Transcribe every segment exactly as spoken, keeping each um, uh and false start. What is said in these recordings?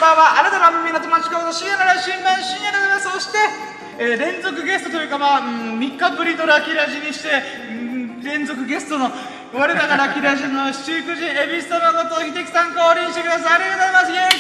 ばんは。あなたの耳の友達こと深夜のラジオ新聞深夜でございます。そして、えー、連続ゲストというかまあ、うん、みっかぶりのラキラジにして、うん、連続ゲストの我らがラキラジの七福神恵比寿様こと秀樹さん降臨してください。ありがとうございます。イエイ、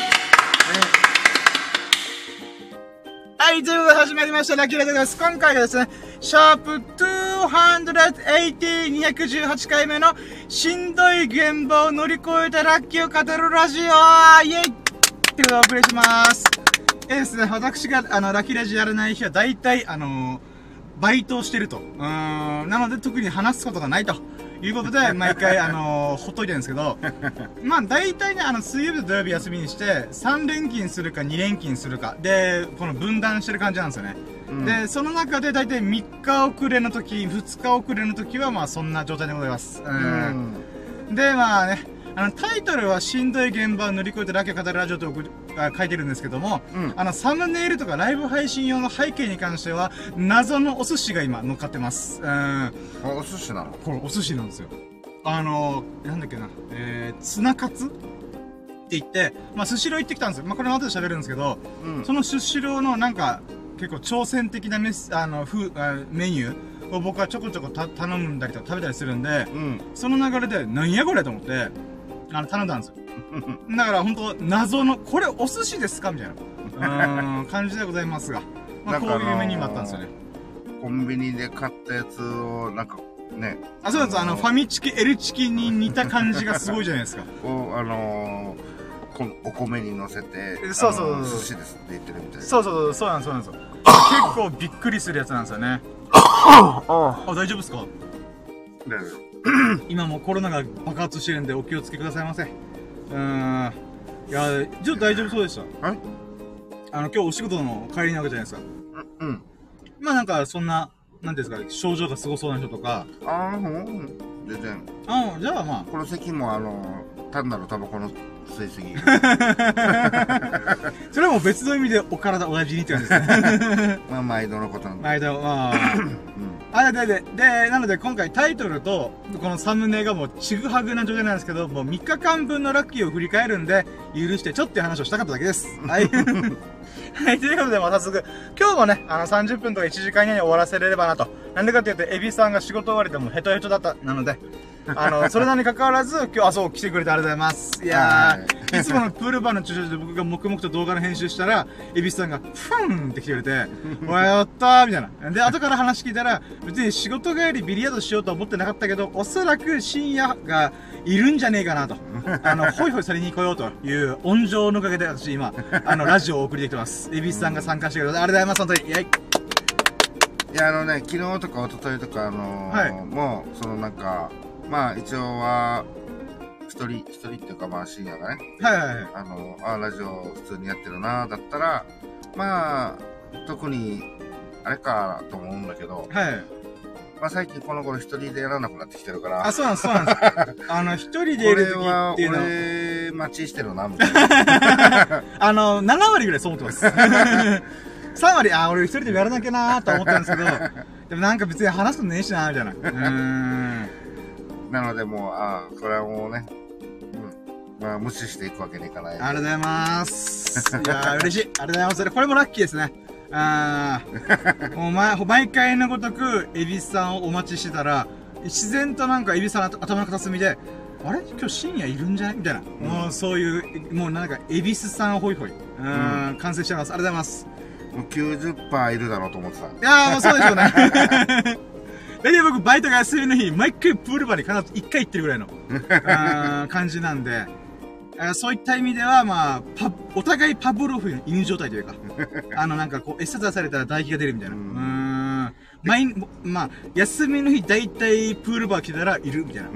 はい、ということで始まりましたラキラジです。今回はですね、シャープにひゃくはちじゅう、にひゃくじゅうはちかいめのしんどい現場を乗り越えたラッキーを語るラジオイエイってことでお送りします。えーですね、私があのラキラジやらない日は大体あのー、バイトをしてると。うーん、なので特に話すことがないということで、毎回あのー、ほっといてるんですけど、まあ大体ね、あの、水曜日と土曜日休みにして、さん連勤するかに連勤するか、で、この分断してる感じなんですよね。うん、で、その中で大体みっか遅れの時、ふつか遅れの時は、まあそんな状態でございます。うん。うん、で、まあね、あの、タイトルはしんどい現場を乗り越えてラッキーを語るラジオと書いてるんですけども、うん、あの、サムネイルとかライブ配信用の背景に関しては、謎のお寿司が今乗っかってます。うん。あ、 お寿司なの？ これお寿司なんですよ。あのー、なんだっけな、えー、ツナカツって言って、まあ、スシロー行ってきたんですよ。まあ、これ後で喋るんですけど、うん、そのスシローのなんか、結構挑戦的なメス、あの、ふ、あメニューを僕はちょこちょこた頼んだりとか食べたりするんで、うん、その流れで、なんやこれと思って、あの、頼んだんですよ。だから本当謎の、これお寿司ですかみたいな、うん、感じでございますが、まあ、こういうメニューもあったんですよね。 コンビニで買ったやつを、なんか、ね。 あ、そうなんです。あの、ファミチキ、L チキに似た感じがすごいじゃないですか。 お、あのー、お米に乗せて、 そうそうそう。 寿司ですって言ってるみたいな。 そうそうそう、そうなんです、そうなんですよ。結構びっくりするやつなんですよね。あ、大丈夫ですか？ 大丈夫。 今もうコロナが爆発してるんでお気をつけくださいませ。うーん。いや、ちょっと大丈夫そうでした。はい？あの、今日お仕事の帰りなわけじゃないですか。うん。まあなんか、そんな、なんですか、症状がすごそうな人とか。 ああ、うん、全然。 ああ、じゃあまあ。 この席もあの、単なるタバコの吸いすぎ。 それはもう別の意味でお体お大事にって感じですね。 まあ、毎度のことなんで。 毎度、まあ。うん、あ、で、で、で、なので今回タイトルと、このサムネがもうちぐはぐな状態なんですけど、もうみっかかんぶんのラッキーを振り返るんで、許してちょっという話をしたかっただけです。はい。はい、ということで、まあ、早速、今日もね、あの、さんじゅっぷんとかいちじかん以内に終わらせれればなと。なんでかっていうと、エビさんが仕事終わりでもヘトヘトだった、なので、あの、それなのに関わらず、今日、あ、そう、来てくれてありがとうございます。いやー、いつものプールバーの駐車場で僕が黙々と動画の編集したら、エビさんが、フーンって来てくれて、おやったーみたいな。で、後から話聞いたら、別に仕事帰りビリヤードしようとは思ってなかったけど、おそらく深夜がいるんじゃねえかなと。あの、ホイホイされに来ようという温情のおかげで私今、あの、ラジオをお送りできてます。エビさんが参加してくれてありがとうございます、本当に。イェイ。 いや、あのね、昨日とか一昨日とか、あのー、はい、もう、そのなんか、まあ一応は、一人、一人っていうかまあ深夜がね。 はいはいはい。 あの、あ、ラジオ普通にやってるな、だったら、まあ、特に、あれかと思うんだけど、はい。まあ最近この頃一人でやらなくなってきてるから。 あ、そうなんです、そうなんです。あの、一人でやるときっていうのは。 俺、待ちしてるな、みたいな。 あの、ななわりぐらいそう思ってます。さんわり、あ、俺一人でやらなきゃなーと思ったんですけど、でもなんか別に話すことねえしなーみたいな。うーん。 なのでもう、ああ、これはもうね、うん。まあ無視していくわけにいかない。 ありがとうございます。いやー、嬉しい。ありがとうございます。これもラッキーですね。あー。もう毎、毎回のごとく、エビスさんをお待ちしてたら、自然となんかエビスさんの頭の片隅で、あれ今日深夜いるんじゃないみたいな。うん、もうそういう、もうなんか、エビスさんホイホイ。うん、うん、完成しちゃいます。ありがとうございます。 もう きゅうじゅっパーセント いるだろうと思ってた。いやー、もうそうでしょうね。大体僕、バイトが休みの日、毎回プールバーに必ずいっかい行ってるぐらいの、あ感じなんで、あそういった意味では、まあ、パお互いパブロフの犬状態というか、あの、なんかこう、餌出されたら唾液が出るみたいな。うん。毎、まあ、休みの日、大体プールバー来たらいるみたいな。うん。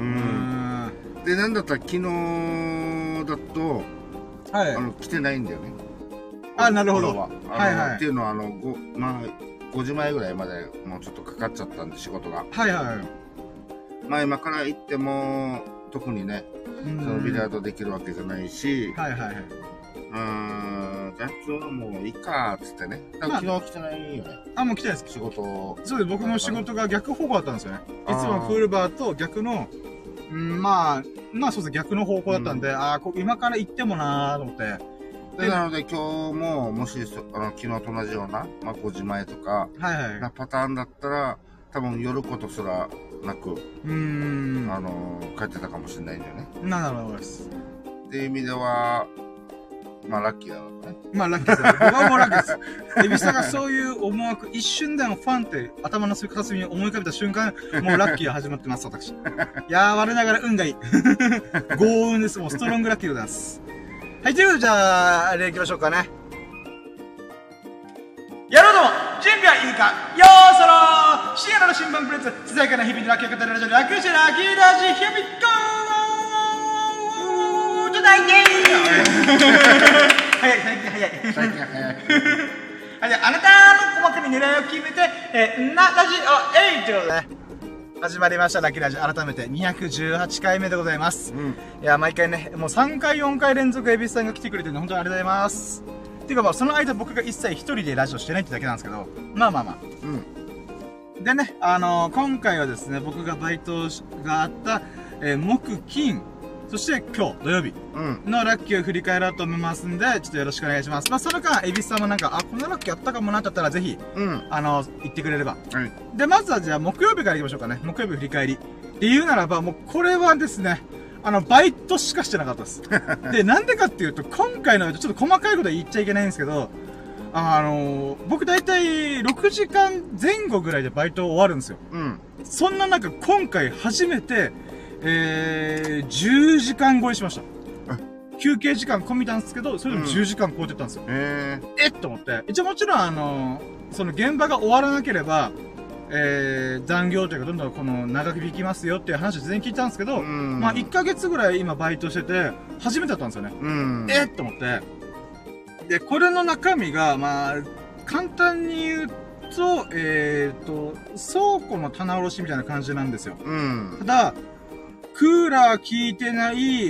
で、なんだったら昨日だと、はい。あの、来てないんだよね。 あ、なるほど。はいはい。 っていうのは、あの、ご、まあ、ごじまえぐらいまでもうちょっとかかっちゃったんで、仕事が。 はいはい。 まあ今から行っても、特にね、そのビリヤードできるわけじゃないし、 はいはいはい。 うーん、じゃあ今日はもういいかーっつってね。だから昨日来てないよね。 あ、もう来てないです。 仕事。 そうです。僕も仕事が逆方向だったんですよね。いつもプールバーと逆の、うん、まあ、まあそうですね、逆の方向だったんで、うん、ああ、今から行ってもなーと思って、 で、なので今日も、もし、あの、昨日と同じような、まあごじまえとか、 はいはい。 なパターンだったら、多分夜ことすらなく、うーん。 あの、帰ってたかもしれないんだよね。 なるほどです。 っていう意味では、まあラッキーだろうね。 まあラッキーです。僕はもうラッキーです。エビさんがそういう思惑、一瞬でもファンって頭の片隅に思い浮かべた瞬間、もうラッキーが始まってます、私。いやー、我ながら運がいい。豪運です。もうストロングラッキーでございます。はい、ということで、じゃあ、あれ行きましょうかね。やろうども準備はいいかよーそろー深夜の新聞プレゼンツ、ささやかな日々のラッキーを語るラジオ、ラッキーしてラッキーラジ、Here we go! ちょっといけー早い、最近早い。 最近早い。 はい、じゃあ、あなたの細かに狙いを決めて、えー、な、ラジオ、えいということでね。始まりました、ラッキーラジオ。改めてにひゃくじゅうはちかいめでございます。うん、いや、毎回ね、もうさんかい、よんかい連続エビスさんが来てくれてるの、本当にありがとうございます。っていうか、まあ、その間僕が一切一人でラジオしてないってだけなんですけど、まあまあまあ。うん。でね、あのー、今回はですね、僕がバイトがあった、えー、木、金、そして今日土曜日のラッキーを振り返ろうと思いますんで、ちょっとよろしくお願いします。まあ、その間、エビスさんもなんか、あ、このラッキーやったかもなってあったら、ぜひ、うん、あの、言ってくれれば。はい。で、まずはじゃあ、木曜日から行きましょうかね。木曜日振り返り。って言うならば、もう、これはですね、あの、バイトしかしてなかったです。で、なんでかっていうと、今回の、ちょっと細かいことは言っちゃいけないんですけど、あのー、僕大体ろくじかんぜん後ぐらいでバイト終わるんですよ。うん。そんな中、今回初めて、えー、じゅうじかん超えしました。休憩時間込みたんですけど、それでもじゅうじかん超えてたんですよ。うん、えー、えっと思って。一応もちろんあのー、その現場が終わらなければ、えー、残業というかどんどんこの長引きますよっていう話を事前に聞いたんですけど、うん、まあいっかげつぐらい今バイトしてて、初めてだったんですよね。うん、えっと思って。で、これの中身が、まあ、簡単に言うと、えーと、倉庫の棚卸しみたいな感じなんですよ。うん、ただ、クーラー効いてない、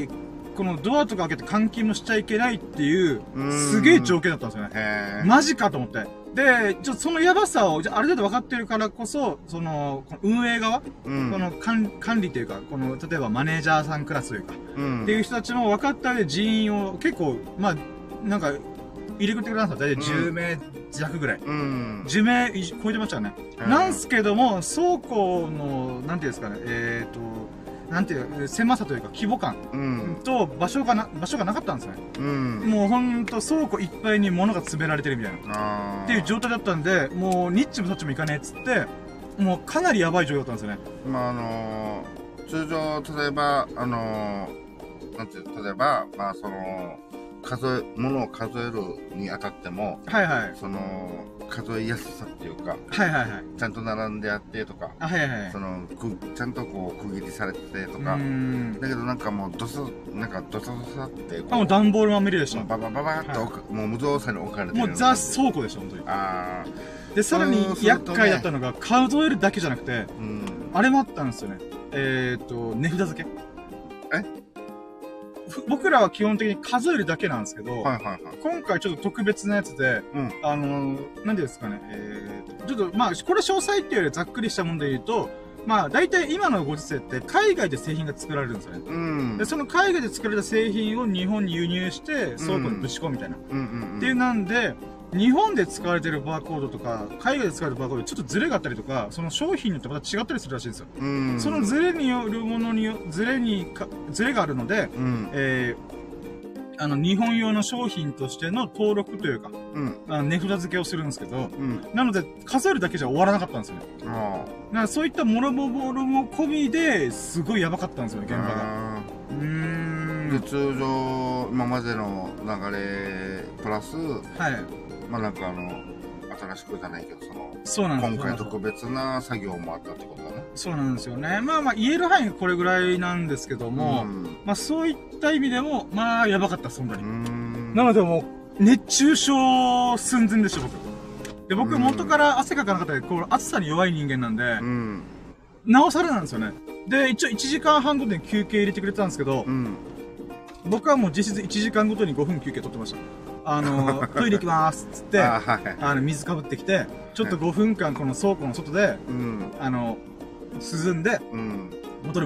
このドアとか開けて換気もしちゃいけないっていう、すげえ条件だったんですよね。マジかと思って。で、ちょっとそのやばさを、ある程度分かってるからこそ、その、この運営側、うん、この管管理というか、この、例えばマネージャーさんクラスというか、うん、っていう人たちも分かった上で人員を結構、まあ、なんか、入れてくれたんですよ。大体じゅうめい弱ぐらい。うん、じゅうめい超えてましたよね。うん、なんすけども、倉庫の、なんていうんですかね、えーと、なんていう、狭さというか規模感と場所がな、場所がなかったんですよね。うん、もうほんと倉庫いっぱいに物が詰められてるみたいな。っていう状態だったんで、もうニッチもそっちもいかねえっつって、もうかなりやばい状況だったんですよね。まああのー、通常、例えば、あのー、なんていう、例えば、まあその、数え、物を数えるにあたっても、はいはい。その、数えやすさっていうか、はいはいはい。ちゃんと並んであってとか、はいはいはい。その、く、ちゃんとこう、区切りされててとか、だけどなんかもう、ドサ、なんかドサドサって、 あ、もう段ボールまみれでした。 ババババッと、はい、もう無造作に置かれてる。 もうザ倉庫でした、本当に。ああ。で、さらに厄介だったのが、数えるだけじゃなくて、うん、あれもあったんですよね。えっと、値札付け。え僕らは基本的に数えるだけなんですけど、はいはいはい、今回ちょっと特別なやつで、うん、あのー、なんていうんですかね、えー、ちょっとまあ、これ詳細っていうよりざっくりしたもので言うと、まあ、大体今のご時世って海外で製品が作られるんですよね。うん、で、その海外で作られた製品を日本に輸入して倉庫にぶち込むみたいな。っていうなんで、日本で使われてるバーコードとか、海外で使われるバーコードちょっとズレがあったりとか、その商品によってまた違ったりするらしいんですよ。うん、そのズレによるものによ、ズレにか、ズレがあるので、うん、えー、あの、日本用の商品としての登録というか、うん、あの値札付けをするんですけど、うん、なので、数えるだけじゃ終わらなかったんですよね。あ、だからそういったもろもろも込みで、すごいやばかったんですよね、現場が。うーん。 で、通常、今までの流れ、プラス、はい。まあなんかあの、新しくじゃないけど、その、そうなんです今回特別な作業もあったってことだね。 そうなんですよね。まあまあ言える範囲がこれぐらいなんですけども、まあそういった意味でも、まあやばかった、そんなに。なのでもう、熱中症寸前でした、僕。で、僕元から汗かかなかったで、こう暑さに弱い人間なんで、なおさらなんですよね。で、一応いちじかんはんごとに休憩入れてくれてたんですけど、うん、僕はもう実質いちじかんごとにごふん休憩取ってました。あの、トイレ行きまーすっつって、あ、はい、あの、水かぶってきて、ちょっとごふんかんこの倉庫の外で、うん、あの、涼んで、うん、戻るみたいな。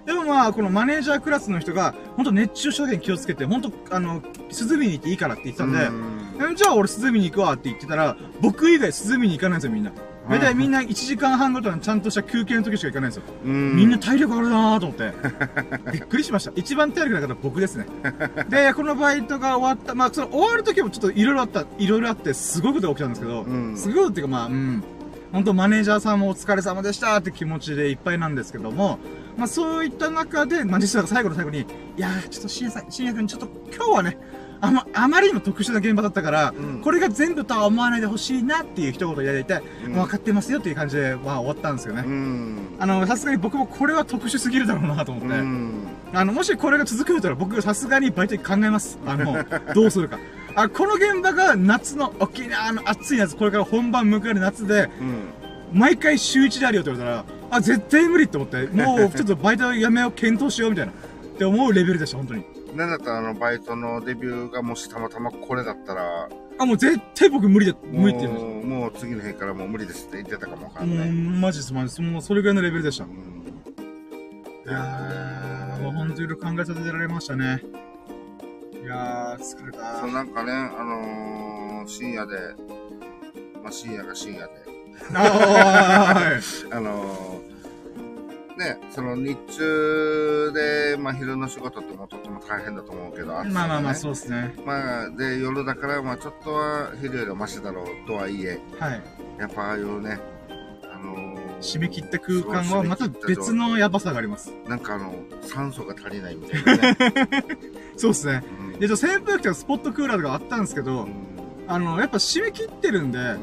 でもまあ、このマネージャークラスの人が、ほんと熱中症に気をつけて、ほんと、あの、涼みに行っていいからって言ってたんで、んじゃあ俺涼みに行くわって言ってたら、僕以外涼みに行かないんですよ、みんな。だいたいみんないちじかんはんごとのちゃんとした休憩の時しか行かないんですよ。みんな体力あるなぁと思って。びっくりしました。一番体力なかった僕ですね。で、このバイトが終わった、まあ、その終わる時もちょっといろいろあった、いろいろあって、すごいことが起きたんですけど、すごいっていうかまあ、うん。本当マネージャーさんもお疲れ様でしたって気持ちでいっぱいなんですけども、まあそういった中で、まあ実は最後の最後に、いやーちょっと深夜さん、深夜くんちょっと今日はね、あま、あまりにも特殊な現場だったから、うん、これが全部とは思わないでほしいなっていう一言をいただいて、うん、もう分かってますよっていう感じで、まあ終わったんですよね。うん、あの、さすがに僕もこれは特殊すぎるだろうなと思って、うん、あの、もしこれが続くんだったら僕さすがにバイト考えます。あの、どうするか。あ、この現場が夏の沖縄の暑い夏、これから本番迎える夏で、うん、毎回週一であるよって言われたら、あ、絶対無理って思って、もうちょっとバイトやめよう、検討しようみたいな、って思うレベルでした、本当に。 なんだったらあの、バイトのデビューがもしたまたまこれだったら、 あ、もう絶対僕無理だ、無理って言いました。 もう次の日からもう無理ですって言ってたかもわかんない。 うん、マジです、マジです。もうそれぐらいのレベルでした。うん、いやー、もう本当にいろいろ考えさせられましたね。いやー、疲れた。 そう、なんかね、あのー、深夜で、まあ、深夜が深夜で。ああのー、ね、その日中で、まあ昼の仕事ってもとっても大変だと思うけど、 ね、まあまあまあそうですね。 まあ、で、夜だから、まあちょっとは昼よりはマシだろうとはいえ、はい。やっぱああいうね、あのー、 締め切った空間はまた別のやばさがあります。 なんかあの、酸素が足りないみたいなね。 そうですね。うん、で、扇風機とかスポットクーラーとかあったんですけど、うん、あの、やっぱ締め切ってるんで、うん、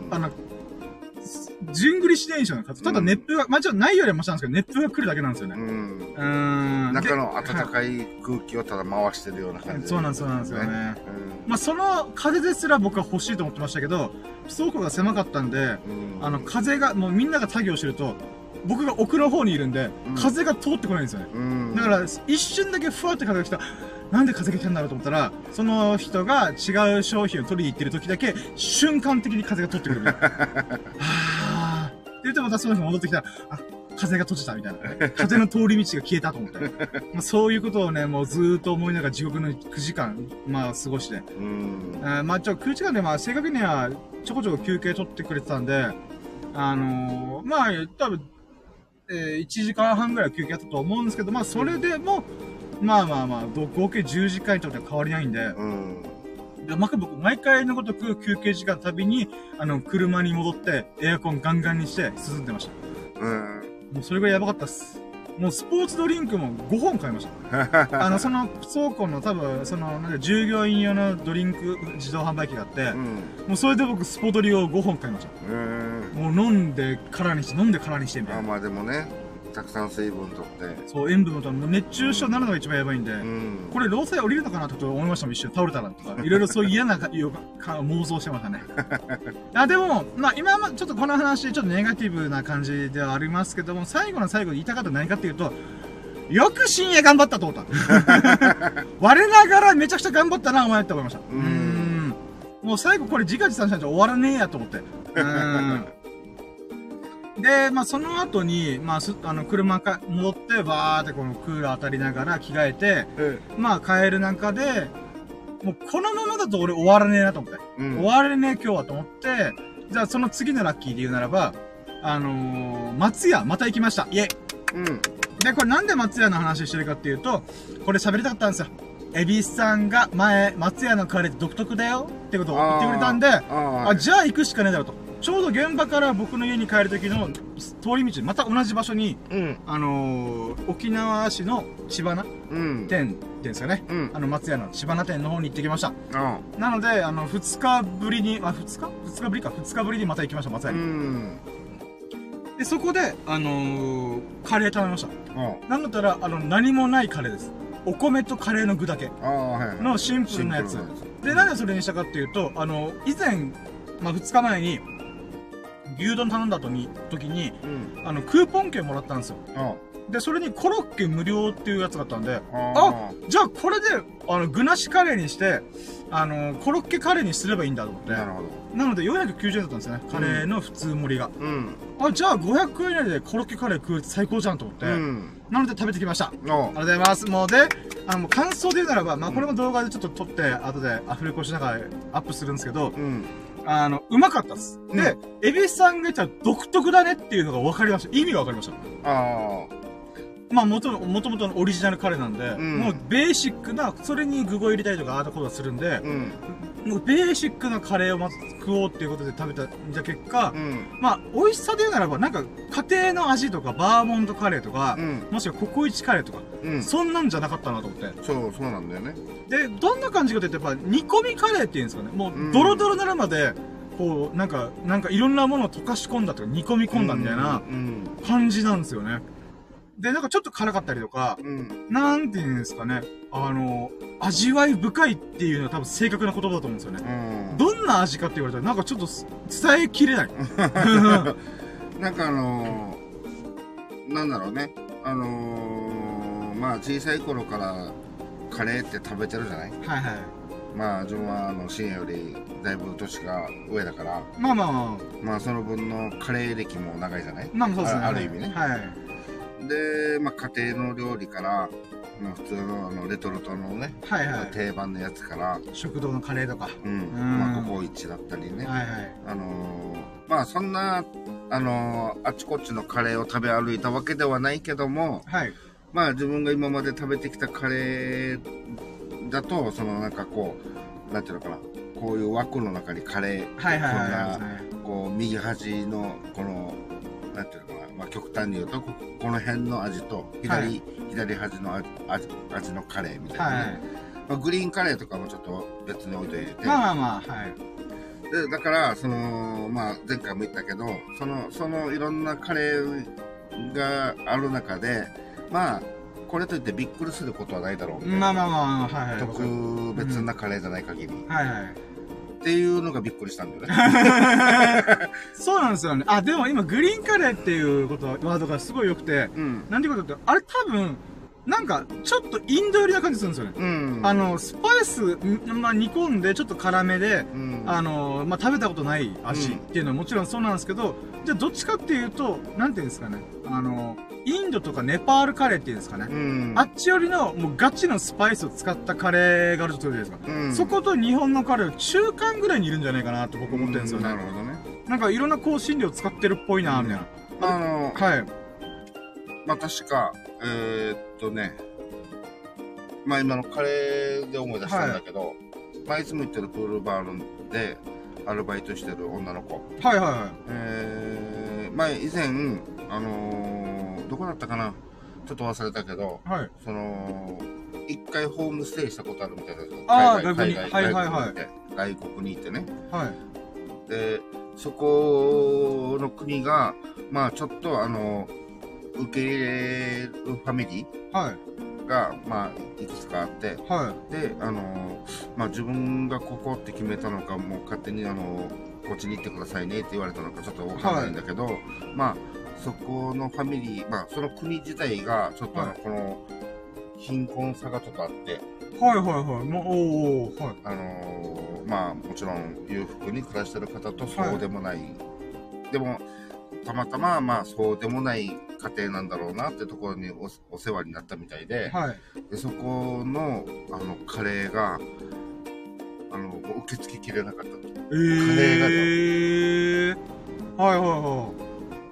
あの、順繰りしないでしょうね。ただ熱風が、うん、まあ、ちょっとないよりはマシなんですけど、熱風が来るだけなんですよね。うん。うーん。中の暖かい空気をただ回してるような感じ、ね。 そうなんです、そうなんですよね。うん、まあ、その風ですら僕は欲しいと思ってましたけど、倉庫が狭かったんで、うん、あの、風が、もうみんなが作業してると、僕が奥の方にいるんで、うん、風が通ってこないんですよね。うん、だから、一瞬だけふわって風が来た。なんで風が来たんだろうと思ったら、その人が違う商品を取りに行ってる時だけ、瞬間的に風が通ってくる。はぁー。って言ってまたその人戻ってきたら、あ、風が閉じたみたいな。風の通り道が消えたと思って。まあそういうことをね、もうずーっと思いながら地獄のくじかん、まあ過ごして。うん。あまあちょ、くじかんでまあ正確にはちょこちょこ休憩取ってくれてたんで、あのー、まあ多分、えー、いちじかんはんぐらい休憩やったと思うんですけど、まあそれでも、まあまあまあ、合計じゅうじかんにとっては変わりないんで、うん。で、まあ、僕、毎回のごとく休憩時間たびに、あの、車に戻って、エアコンガンガンにして涼んでました。うん。もうそれがやばかったっす。もうスポーツドリンクもごほん買いました。あの、その倉庫の多分、その、なんか従業員用のドリンク自動販売機があって、うん、もうそれで僕スポドリをごほん買いました。うん。もう飲んで空にして、飲んで空にしてみたいな。 まあまあでもね。たくさん水分とって。 そう、塩分もと熱中症になるのが一番やばいんで、うん、これ労災降りるのかなと思いましたもん、一瞬。倒れたらとか。いろいろそういう嫌な妄想してましたね。あ、でも、まあ今はちょっとこの話、ちょっとネガティブな感じではありますけども、最後の最後に言いたかったのは何かっていうと、よく深夜頑張ったと思った。我ながらめちゃくちゃ頑張ったな、お前って思いました。うん。もう最後これ自画自賛したんじゃ終わらねえやと思って。うん。で、まあ、その後に、まあ、す、あの、車か、戻って、バーってこのクーラー当たりながら着替えて、うん、まあ、帰る中で、もうこのままだと俺終わらねえなと思って。うん、終われねえ今日はと思って、じゃあその次のラッキーで言うならば、あのー、松屋、また行きました。イェイ。うん。で、これなんで松屋の話してるかっていうと、これ喋りたかったんですよ。エビスさんが前、松屋のカレーって独特だよってことを言ってくれたんで、あ, あじゃあ行くしかねえだろうと。ちょうど現場から僕の家に帰る時の通り道、また同じ場所に、うん、あのー、沖縄市の千花店ですよね。うん、あの、松屋の千花店の方に行ってきました。うん、なので、あの、二日ぶりに、あ、二日二日ぶりか。二日ぶりにまた行きました、松屋に。うん、で、そこで、あのー、カレー食べました。うん、なんだったら、あの、何もないカレーです。お米とカレーの具だけのシンプルなやつ。で、なんでそれにしたかっていうと、あの、以前、まあ、二日前に、牛丼頼んだ後に、時に、うん、あの、クーポン券もらったんですよ。 で、それにコロッケ無料っていうやつがあったんで、あ、じゃあこれで、あの、具なしカレーにして、あの、コロッケカレーにすればいいんだと思って。なるほど。なのでよんひゃくきゅうじゅうえんだったんですね。カレーの普通盛りが。うん。あ、じゃあごひゃくえん以内でコロッケカレー食う最高じゃんと思って。うん。なので食べてきました。ありがとうございます。もうで、あの、もう感想で言うならば、まあこれも動画でちょっと撮って、後でアフレコしながらアップするんですけど、うん。あの、うまかったです。うん、で、エビさんが言ったら独特だねっていうのが分かりました。意味が分かりました。ああ。まあ、もともとのオリジナルカレーなんで、うん、もうベーシックな、それに具を入れたりとかああたことはするんで、うん、もうベーシックなカレーをまず食おうっていうことで食べたんじゃ結果、うん、まあ、美味しさで言うならば、なんか家庭の味とかバーモントカレーとか、うん、もしくはココイチカレーとか、うん、そんなんじゃなかったなと思って。 そう、そうなんだよね。 で、どんな感じかというと、やっぱ煮込みカレーっていうんですかね。もうドロドロになるまで、こう、なんか、なんかいろんなものを溶かし込んだとか煮込み込んだみたいな感じなんですよね。で、なんかちょっと辛かったりとか、うん、なんていうんですかね、あの、味わい深いっていうのは多分正確な言葉だと思うんですよね。うん、どんな味かって言われたら、なんかちょっと伝えきれない。 なんかあのー、なんだろうね、あのー、まあ小さい頃からカレーって食べてるじゃない？はいはい。まあ自分はあの深夜よりだいぶ年が上だから、まあまあまあ、まあその分のカレー歴も長いじゃない？まあそうですね。ある意味ね。はい。で、まあ、家庭の料理から、まあ、普通のあのレトルトのね、はいはい、定番のやつから食堂のカレーとか、うん、 うんまあ、ココイチだったりね、はいはい、あのー、まあそんな、あのー、あちこちのカレーを食べ歩いたわけではないけども、はい、まあ自分が今まで食べてきたカレーだと、そのなんかこう、なんていうのかな、こういう枠の中にカレー、はいはいはいはい、こんな、こう右端のこのなんていうのかな、まあ、極端に言うと こ, この辺の味と 左,、はい、左端の 味, 味のカレーみたいな、ねはいまあ、グリーンカレーとかもちょっと別に置いといてまあまあまあはいでだからその、まあ、前回も言ったけどそのそのいろんなカレーがある中でまあこれといってびっくりすることはないだろうみたいなまあまあまあ、はいはい、特別なカレーじゃない限り、うん、はいはいっていうのがびっくりしたんだよね。 そうなんですよね。あ、でも今グリーンカレーっていうことワードがすごい良くて、うん、なんていうことって、あれ多分、なんか、ちょっとインド寄りな感じするんですよね。うん、あの、スパイス、まあ、煮込んで、ちょっと辛めで、うん、あの、まあ、食べたことない味っていうのはもちろんそうなんですけど、じゃあどっちかっていうと、なんていうんですかね。あの、インドとかネパールカレーっていうんですかね。うん、あっちよりの、もうガチのスパイスを使ったカレーがあるとするじゃないですか。うん、そこと日本のカレーは中間ぐらいにいるんじゃないかなって僕思ってるんですよね。うん、なるほどね。なんかいろんな香辛料使ってるっぽいな、みたいな。うん、あのー、はい。まあ、確か、えー、っとね、まあ今のカレーで思い出したんだけど、はい、まあいつも行ってるプールバーでアルバイトしてる女の子。はいはいはい。えー、まあ以前、あのー、どこだったかなちょっと忘れたけど、はい、その、一回ホームステイしたことあるみたいな。ああ、外国に。はいはいはい。外国に行ってね。はい。で、そこの国が、まあちょっとあの、受け入れるファミリーはい。が、まあ、いくつかあって、はい、で、あの、まあ、自分がここって決めたのか、もう勝手に、あの、こっちに行ってくださいねって言われたのか、ちょっとわかんないんだけど、はい、まあ、そこのファミリー、まあ、その国自体が、ちょっとあの、はい、この、貧困さがちょっとあって、はいはいはい、まあ、おー、はい。あのー、まあ、もちろん裕福に暮らしてる方とそうでもない。はい、でも、たまたま、まあ、そうでもない家庭なんだろうなってところに お, お世話になったみたいで、はい、でそこの、あの、カレーが、あの、受け付けきれなかったと。えー、カレーがね。はいはいはい。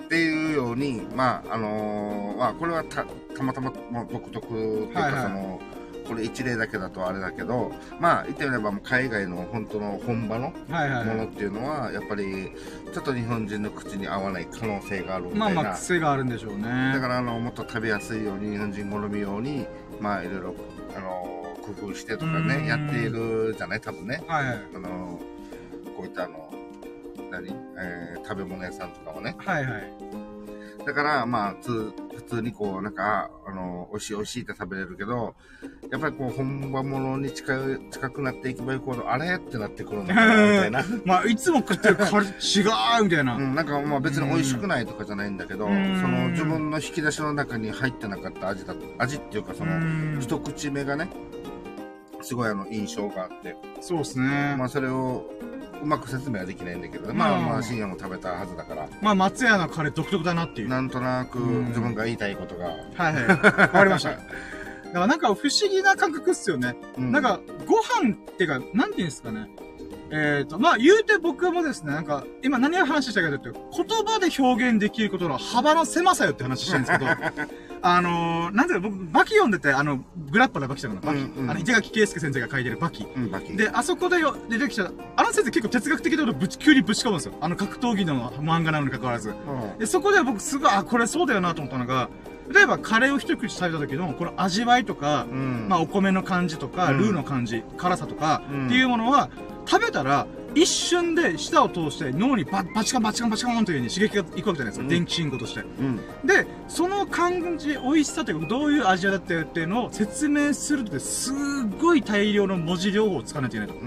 っていうように、まあ、あのー、まあ、これはた、たまたまも独特っていうか、はいはい、その、これ一例だけだとあれだけど、まあ言ってみればもう海外の本当の本場のものっていうのはやっぱりちょっと日本人の口に合わない可能性があるみたいな。まあまあ癖があるんでしょうね。だからあのもっと食べやすいように日本人好みようにまあいろいろあの工夫してとかねやっているじゃない多分ね。はいはい、あのこういったあの何、えー、食べ物屋さんとかもね。はいはい。だからまあ普通にこうなんかあの美味しい美味しいって食べれるけどやっぱりこう、本場ものに近い、近くなっていけばいくほど、あれってなってくるのかな、みたいな。 まあ、いつも食ってるカレー違うみたいな。 うん、なんかまあ別に美味しくないとかじゃないんだけど、その自分の引き出しの中に入ってなかった味だと、味っていうかその、一口目がね、すごいあの、印象があって。 そうですね。 まあそれを、うまく説明はできないんだけど、まあまあ深夜も食べたはずだから。 まあ松屋のカレー独特だなっていう。 なんとなく自分が言いたいことが。 はいはい。わかりました。だからなんか不思議な感覚っすよね。うん、なんか、ご飯ってか、なんて言うんですかね。えっと、まあ言うて僕もですね、なんか、今何を話したかというと、言葉で表現できることの幅の狭さよって話してるんですけど、あのー、なんていうか僕、バキ読んでて、あの、グラッパラバキちゃんのバキ。うんうん、あの、池垣圭介先生が書いてるバキ。 うん、バキ。 で、あそこでよ出てきた、あの先生結構哲学的なことぶち、急にぶち込むんですよ。あの格闘技の漫画なのに関わらず。うん、で、そこで僕すごい、あ、これそうだよなと思ったのが、例えばカレーを一口食べた時のこの味わいとか、うん、まあお米の感じとか、うん、ルーの感じ、辛さとか、うん、っていうものは、食べたら、一瞬で舌を通して脳にババチカンバチカンバチカンという風に刺激がいくわけじゃないですか。うん、電気信号として。うん、で、その感じ、美味しさというか、どういう味だったよっていうのを説明するとすっごい大量の文字情報を使わないといけないと。うん、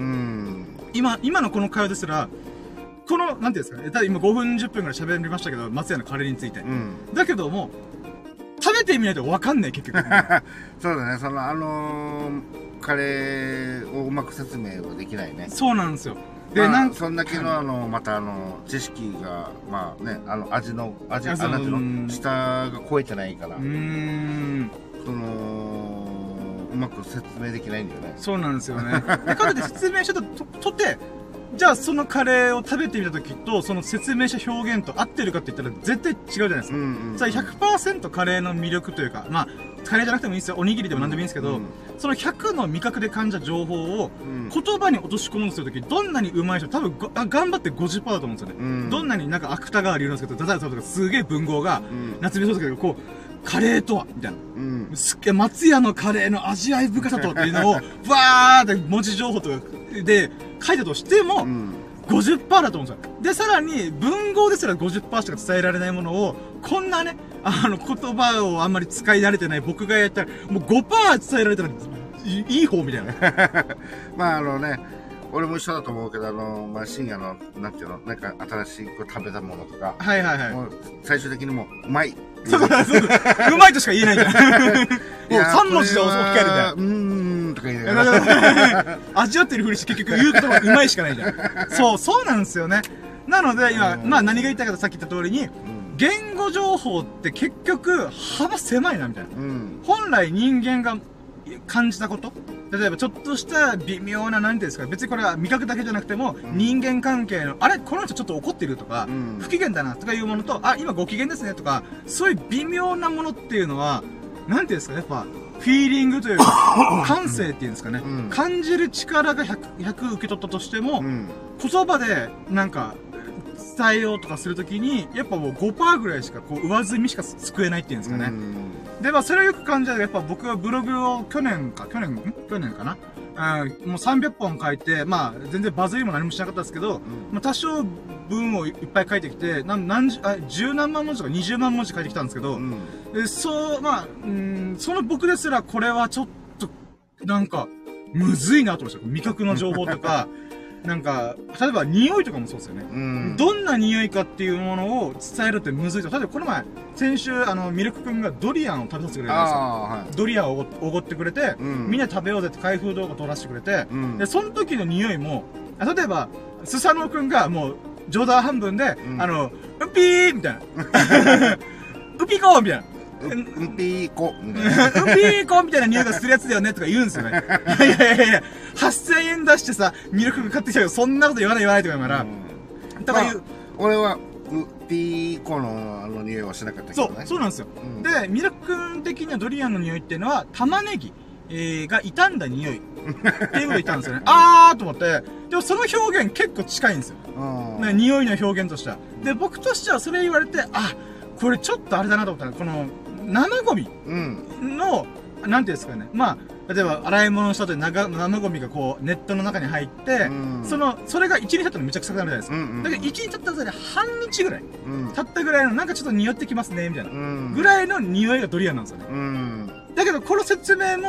今、今のこの会話ですら、この、なんていうんですかね、ただ今ごふんじゅっぷんぐらい喋りましたけど、松屋のカレーについて。うん、だけども、食べてみないと分かんない、結局。 そうだね、その、あのー、カレーをうまく説明はできないね。 そうなんですよ。 で、まあ、なんそんだけの、あの、また、あの、知識が、まあね、あの、味の、味、あなんていうの、下が超えてないから、うーん。その、うまく説明できないんだよね。 そうなんですよね。で、かといって説明したと、とて、じゃあそのカレーを食べてみたときと、その説明した表現と合ってるかって言ったら絶対違うじゃないですか。じゃあ ひゃくパーセント カレーの魅力というか、まあ、カレーじゃなくてもいいんですよ。おにぎりでも何でもいいんですけど、うん、そのひゃくの味覚で感じた情報を言葉に落とし込むとするとき、どんなにうまい人、多分あ頑張って ごじゅっパーセント だと思うんですよね。うん、どんなになんか芥川龍之介とダダイさんとかすげえ文豪が、うん、夏目漱石がこう、カレーとはみたいな。うん、すっげえ松屋のカレーの味わい深さとっていうのを、わーって文字情報とかで書いたとしても、うん、ごじゅっパーセント だと思うんですよ。で、さらに、文豪ですら ごじゅっパーセント しか伝えられないものを、こんなね、あの、言葉をあんまり使い慣れてない僕がやったら、もう ごパーセント 伝えられたら、いい方みたいな。 まあ、あのね、俺も一緒だと思うけど、あの、まあ、深夜の、なんていうの、なんか新しい食べたものとか。 はいはいはい。もう最終的にもう、うまい。 そうそうそう。うまいとしか言えないじゃん。もうさん文字で置き換えるじゃん。 うーんとか言いながら。 味わってるふりして結局言うことがうまいしかないじゃん。そう、そうなんですよね。なので今、まあ何が言いたいかとさっき言った通りに、言語情報って結局幅狭いなみたいな。うん、本来人間が感じたこと、例えばちょっとした微妙な、なんていうんですか、別にこれは味覚だけじゃなくても、うん、人間関係の、あれこの人ちょっと怒ってるとか、うん、不機嫌だなとかいうものと、あ、今ご機嫌ですねとか、そういう微妙なものっていうのは、なんていうんですかね、やっぱ、フィーリングというか、感性っていうんですかね、うん、感じる力がひゃく、ひゃく受け取ったとしても、うん、言葉で、なんか、伝えようとかするときに、やっぱもう ごパーセント ぐらいしか、こう、上積みしか救えないっていうんですかね。で、まあ、それをよく感じたら、やっぱ僕はブログを去年か、去年、ん去年かなうん、もうさんびゃっぽん書いて、まあ、全然バズりも何もしなかったですけど、うん、まあ、多少文をいっぱい書いてきて、なん、何十、あ、十何万文字とかにじゅうまん文字書いてきたんですけど、うん、でそう、まあ、うん、その僕ですら、これはちょっと、なんか、むずいなと思いました。味覚の情報とか、なんか、例えば匂いとかもそうですよね。うん、どんな匂いかっていうものを伝えるってむずいと。例えばこの前、先週、あの、ミルク君がドリアンを食べさせてくれたんですよ。はい、ドリアンをおごってくれて、うん、みんな食べようぜって開封動画撮らせてくれて、うん、で、その時の匂いも、例えば、スサノオ君がもう、冗談半分で、うん、あの、ウピーみたいな。ウピコーみたいな。 ウピーコみたいな。ウピーコみたいな匂いがするやつだよねとか言うんですよね。いやいやいやいや、はっせんえん出してさ、ミルク買ってきたけど、そんなこと言わない言わないとか言うから。うん、とか言う、 まあ。俺は、ウピーコのあの匂いはしなかったけどね。 そう、そうなんですよ。うん、で、ミルク君的にはドリアンの匂いっていうのは、玉ねぎ、えー、が傷んだ匂い。っていうこと言ったんですよね。あーと思って、でもその表現結構近いんですよ。ね、匂いの表現としては。で、僕としてはそれ言われて、あ、これちょっとあれだなと思ったら、この、生ゴミの、うん、なんていうんですかね。まあ、例えば、洗い物した後で生ゴミがこう、ネットの中に入って、うん、その、それがいちにち経ったのめちゃくちゃ臭くなるじゃないですか。うんうん、だからいちにち経った後で半日ぐらい、うん、経ったぐらいの、なんかちょっと匂ってきますね、みたいな。うん、ぐらいの匂いがドリアンなんですよね。うん、だけど、この説明も、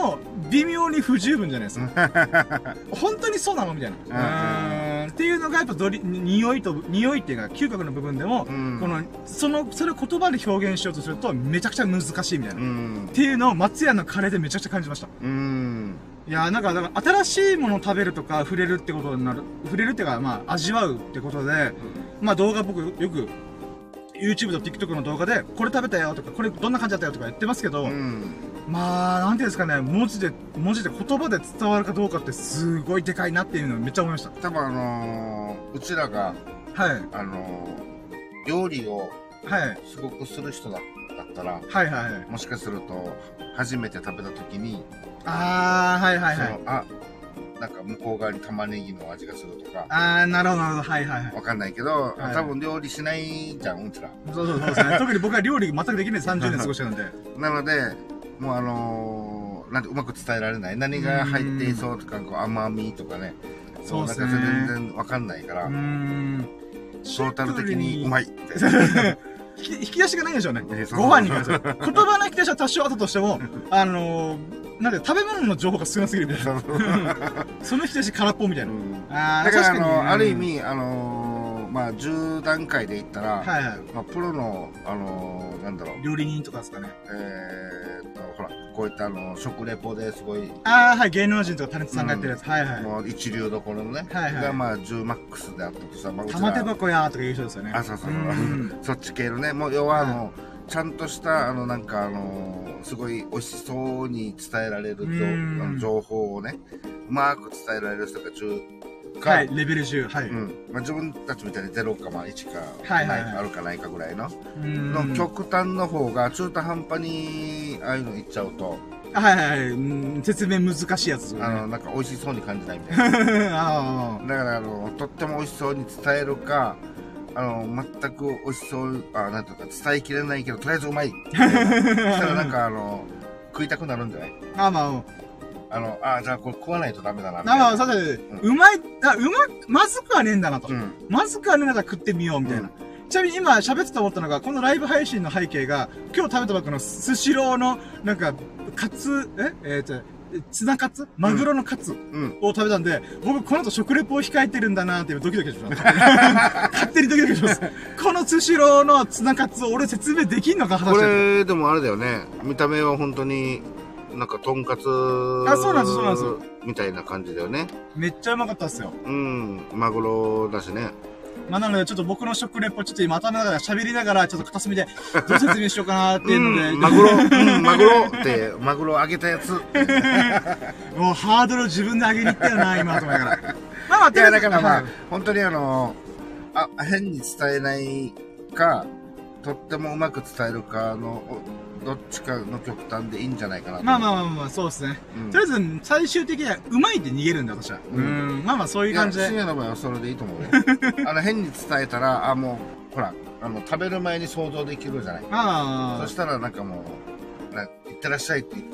微妙に不十分じゃないですか。本当にそうなのみたいな。うん。っていうのがやっぱドリ、匂いと、匂いっていうか、嗅覚の部分でも、うん、この、その、それを言葉で表現しようとすると、めちゃくちゃ難しいみたいな。うん、っていうのを松屋のカレーでめちゃくちゃ感じました。うん。いやーなんか、だから新しいものを食べるとか、触れるってことになる、触れるっていうか、まあ、味わうってことで、うん、まあ動画僕よく、YouTube と TikTok の動画で、これ食べたよとか、これどんな感じだったよとか言ってますけど、うん、まあ、なんていうんですかね、文字で、文字で言葉で伝わるかどうかってすごいでかいなっていうのをめっちゃ思いました。 多分あのー、うちらが、はい。あのー、料理を、はい。すごくする人だったら、はいはいはい。もしかすると、初めて食べた時に、 あー、はいはいはい。 あ、なんか向こう側に玉ねぎの味がするとか。 あー、なるほどなるほど。はいはいはい。 わかんないけど、はい、多分料理しないじゃん、うちら。 そうそうそうですね。特に僕は料理全くできないさんじゅうねん過ごしてるんで。 なので、もうあのー、なんてうまく伝えられない。何が入っていそうとか、こう甘みとかね。そうですね。なんか全然わかんないから。うん。トータル的にうまいって。 引き出しがないんでしょうね。ご飯に関しては。言葉の引き出しは多少あったとしても、あのー、なんで食べ物の情報が少なすぎるみたいな。その引き出し空っぽみたいな。うん、 あだから、あのー、ある意味、あのー、まあ、じゅう段階で言ったら、はいはい。まあ、プロの、あのー、なんだろう。 料理人とかですかね。 えーっと、ほら、こういったあの、食レポですごい。 ああ、はい、芸能人とかタレントさんがやってるやつ。うん、はいはい。 もう一流どころのね。はいはい。が、まあ、じゅうマックスであったとさ、まあ、 玉手箱やーとか言う人ですよね。 あ、そうそうそう。うん、そっち系のね、もう、要はあの、はい、ちゃんとした、あの、なんかあの、すごい美味しそうに伝えられる情報をね、うまく伝えられる人がじゅうか、 はい、レベルじゅう、はい。 うん。まあ、自分たちみたいにゼロか、まあ、いちか、はいはいはい、あるかないかぐらいの、の極端の方が中途半端に、ああいうの言っちゃうと、 はいはいはい、うん、説明難しいやつですよね。 あの、なんか美味しそうに感じないみたいな。あだから、あの、とっても美味しそうに伝えるか、あの、全く美味しそう、あ、なんていうか、伝えきれないけど、とりあえずうまい。そしたらなんか、あの、食いたくなるんじゃないああ、まあ、 あの、あ、じゃあこれ食わないとダメだな。 ああ、さて、うまい、あ、うま、まずくはねえんだなと。うん、まずくはねえんだから食ってみよう、みたいな。うん、ちなみに今喋ってて思ったのが、このライブ配信の背景が、今日食べたばっかのスシローの、なんか、カツ、ええー、と、ツナカツマグロのカツを食べたんで、うん、僕この後食レポを控えてるんだなーっていうドキドキします。勝手にドキドキします。このスシローのツナカツを俺説明できんのか話してこれ、でもあれだよね。見た目は本当に、なんか、とんかつ。 あ、そうなんです、そうなんですよ。 みたいな感じだよね。 めっちゃうまかったっすよ。 うん。マグロだしね。 まあ、なので、ちょっと僕の食レポ、ちょっと今頭の中で喋りながら、ちょっと片隅で、どう説明しようかなっていうので。 うん、マグロ、うん、マグロって、マグロ揚げたやつ。もう、 ハードルを自分で上げに行ったよな、今、と思いながら。 まあまあ、いや、だからまあ、はい、本当にあの、あ、変に伝えないか、とってもうまく伝えるかの、どっちかの極端でいいんじゃないかな。 まあまあまあまあ、そうですね。うん、とりあえず、最終的には、うまいって逃げるんだ、私は。うん。うんまあまあ、そういう感じで。 深夜の場合はそれでいいと思うよ。あの、変に伝えたら、あ、もう、ほら、あの、食べる前に想像できるじゃない。ああ。そしたら、なんかもう、な、いってらっしゃいって言って、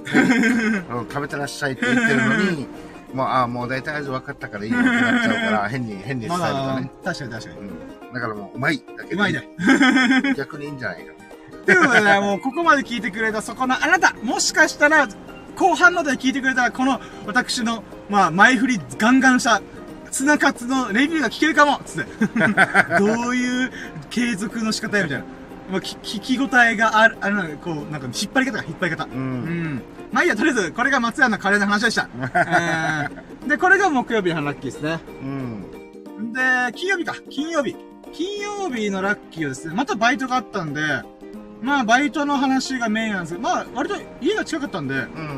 食べてらっしゃいって言ってるのに、もう、ああ、もう大体味分かったからいいよってなっちゃうから、変に、変に伝えるとね。 確かに確かに。 うん。だからもう、うまいだけで。 うまいね。 逆にいいんじゃないか。 ということでね、もうここまで聞いてくれたそこのあなた、もしかしたら、後半ので聞いてくれたら、この私の、まあ、前振りガンガンしたツナカツのレビューが聞けるかもつって。どういう継続の仕方やみたいな。まあ、聞き応えがある、あの、こう、なんか、引っ張り方が引っ張り方。うん。うん。まあいいや、とりあえず、これが松屋のカレーの話でした。えー、で、これが木曜日のラッキーですね。うん。で、金曜日か。金曜日。金曜日のラッキーはですね、またバイトがあったんで、まあ、バイトの話がメインなんですけど、まあ、割と家が近かったんで、うん、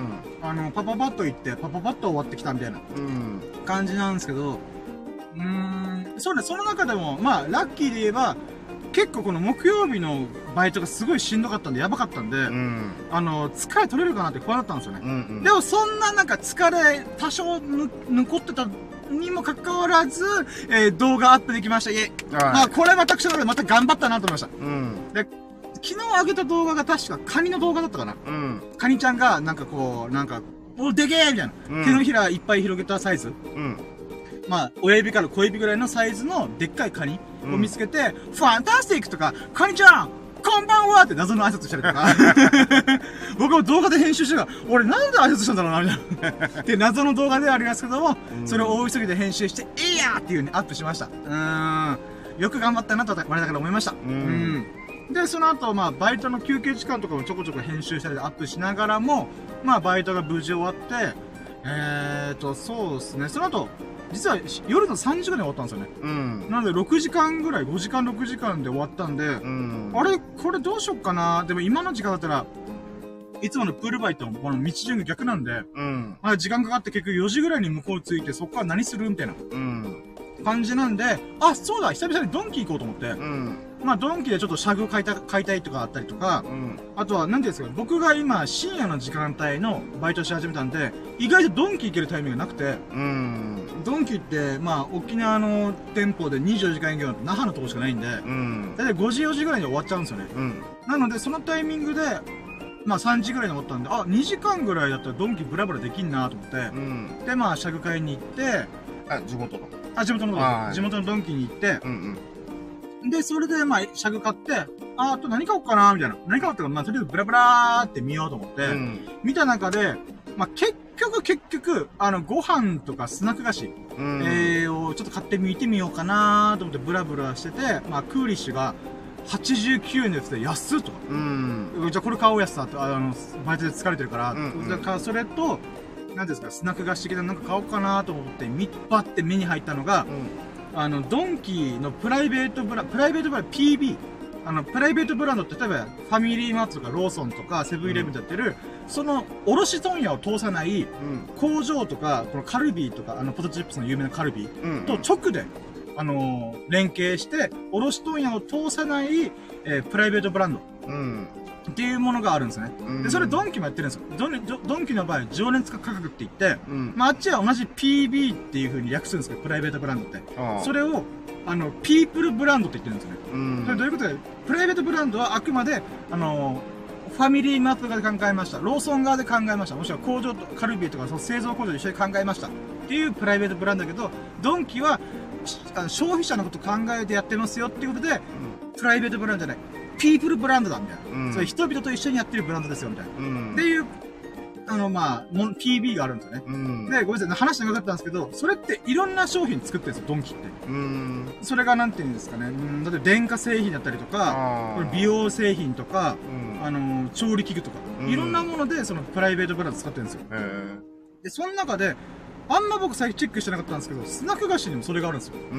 あの、パパパッと行って、パパパッと終わってきたみたいな感じなんですけど、うーん、そうね、その中でも、まあ、ラッキーで言えば、結構この木曜日のバイトがすごいしんどかったんで、やばかったんで、うん、あの、疲れ取れるかなって不安だったんですよね。うんうん、でも、そんななんか疲れ、多少ぬ残ってたにもかかわらず、えー、動画アップできました。いえ、まあ、これ私の中でまた頑張ったなと思いました。うん、で昨日上げた動画が確かカニの動画だったかな。うん。カニちゃんがなんかこう、なんか、お、でけえみたいな、うん。手のひらいっぱい広げたサイズ。うん。まあ、親指から小指ぐらいのサイズのでっかいカニを見つけて、うん、ファンタスティックとか、カニちゃんこんばんはって謎の挨拶したりとか。僕も動画で編集してから、俺なんで挨拶したんだろうな、みたいな。って謎の動画ではありますけども、それを大急ぎで編集して、いいやーっていう風にアップしました。うーん。よく頑張ったなと、我ながら思いました。うん。で、その後、まあ、バイトの休憩時間とかもちょこちょこ編集したりでアップしながらも、まあ、バイトが無事終わって、えーと、そうですね。その後、実は夜のさんじぐらいに終わったんですよね。うん。なのでろくじかんぐらい、ごじかんろくじかんで終わったんで、うん。あれこれどうしよっかな。でも今の時間だったら、いつものプールバイトもこの道順が逆なんで、うん。まあ時間かかって結局よじぐらいに向こう着いて、そこから何するみたいな。うん。感じなんで、あ、そうだ、久々にドンキ行こうと思って、うん。まあ、ドンキでちょっとシャグ買いた、買いたいとかあったりとか、うん、あとは、なんていうんですか、僕が今、深夜の時間帯のバイトし始めたんで、意外とドンキ行けるタイミングがなくて、うん、ドンキって、まあ、沖縄の店舗でにじゅうよじかん営業の那覇のとこしかないんで、うん、だいたいごじよじぐらいに終わっちゃうんですよね。うん、なので、そのタイミングで、まあさんじぐらいに終わったんで、あ、にじかんぐらいだったらドンキブラブラできんなと思って、うん、で、まあ、シャグ買いに行って、 あ、地元のあ、地元の、地元のドンキに行って、うんうん、で、それで、まあ、シャグ買って、あ、あと何買おうかなみたいな。何買おうってか、まあ、とりあえずブラブラーって見ようと思って、うん、見た中で、まあ、結局、結局、あの、ご飯とかスナック菓子、うん、えー、をちょっと買ってみてみようかなと思ってブラブラしてて、まあ、クーリッシュがはちじゅうきゅうえんのやつで安っとか。うん、じゃあこれ買おうやつだと、あの、バイトで疲れてるから、うんうん、だからそれと、なんですか、スナック菓子的ななんか買おうかなと思って、みっぱって目に入ったのが、うん、あの、ドンキのプライベートブランド、プライベートブランド ピービー。あの、プライベートブランドって、例えば、ファミリーマートとかローソンとかセブンイレブンでやってる、うん、その、卸問屋を通さない、うん、工場とか、このカルビーとか、あの、ポテトチップスの有名なカルビーと直で、あのー、連携して、卸問屋を通さない、えー、プライベートブランド。うんっていうものがあるんですね。うん、で、それドンキもやってるんですよ。ドン、ドンキの場合、情熱価格って言って、うん、まあ、あっちは同じ ピービー っていう風に略するんですけど、プライベートブランドって。それを、あの、ピープルブランドって言ってるんですよね。うん、それどういうことで、プライベートブランドはあくまで、あのー、ファミリーマート側で考えました。ローソン側で考えました。もしくは工場と、カルビーとかその製造工場で一緒に考えました。っていうプライベートブランドだけど、ドンキは、あの消費者のこと考えてやってますよっていうことで、うん、プライベートブランドじゃない。ピープルブランドだ、みたいな。うん、そういう人々と一緒にやってるブランドですよ、みたいな。うん、っていう、あの、まあ、ピービー があるんですよね。うん、で、ごめんなさい、話長かったんですけど、それっていろんな商品作ってるんですよ、ドンキって。うん、それがなんていうんですかね。うん、だって電化製品だったりとか、これ美容製品とか、うん、あの、調理器具とか、うん、いろんなもので、そのプライベートブランド使ってるんですよ。で、その中で、あんま僕最近チェックしてなかったんですけど、スナック菓子にもそれがあるんですよ。うん、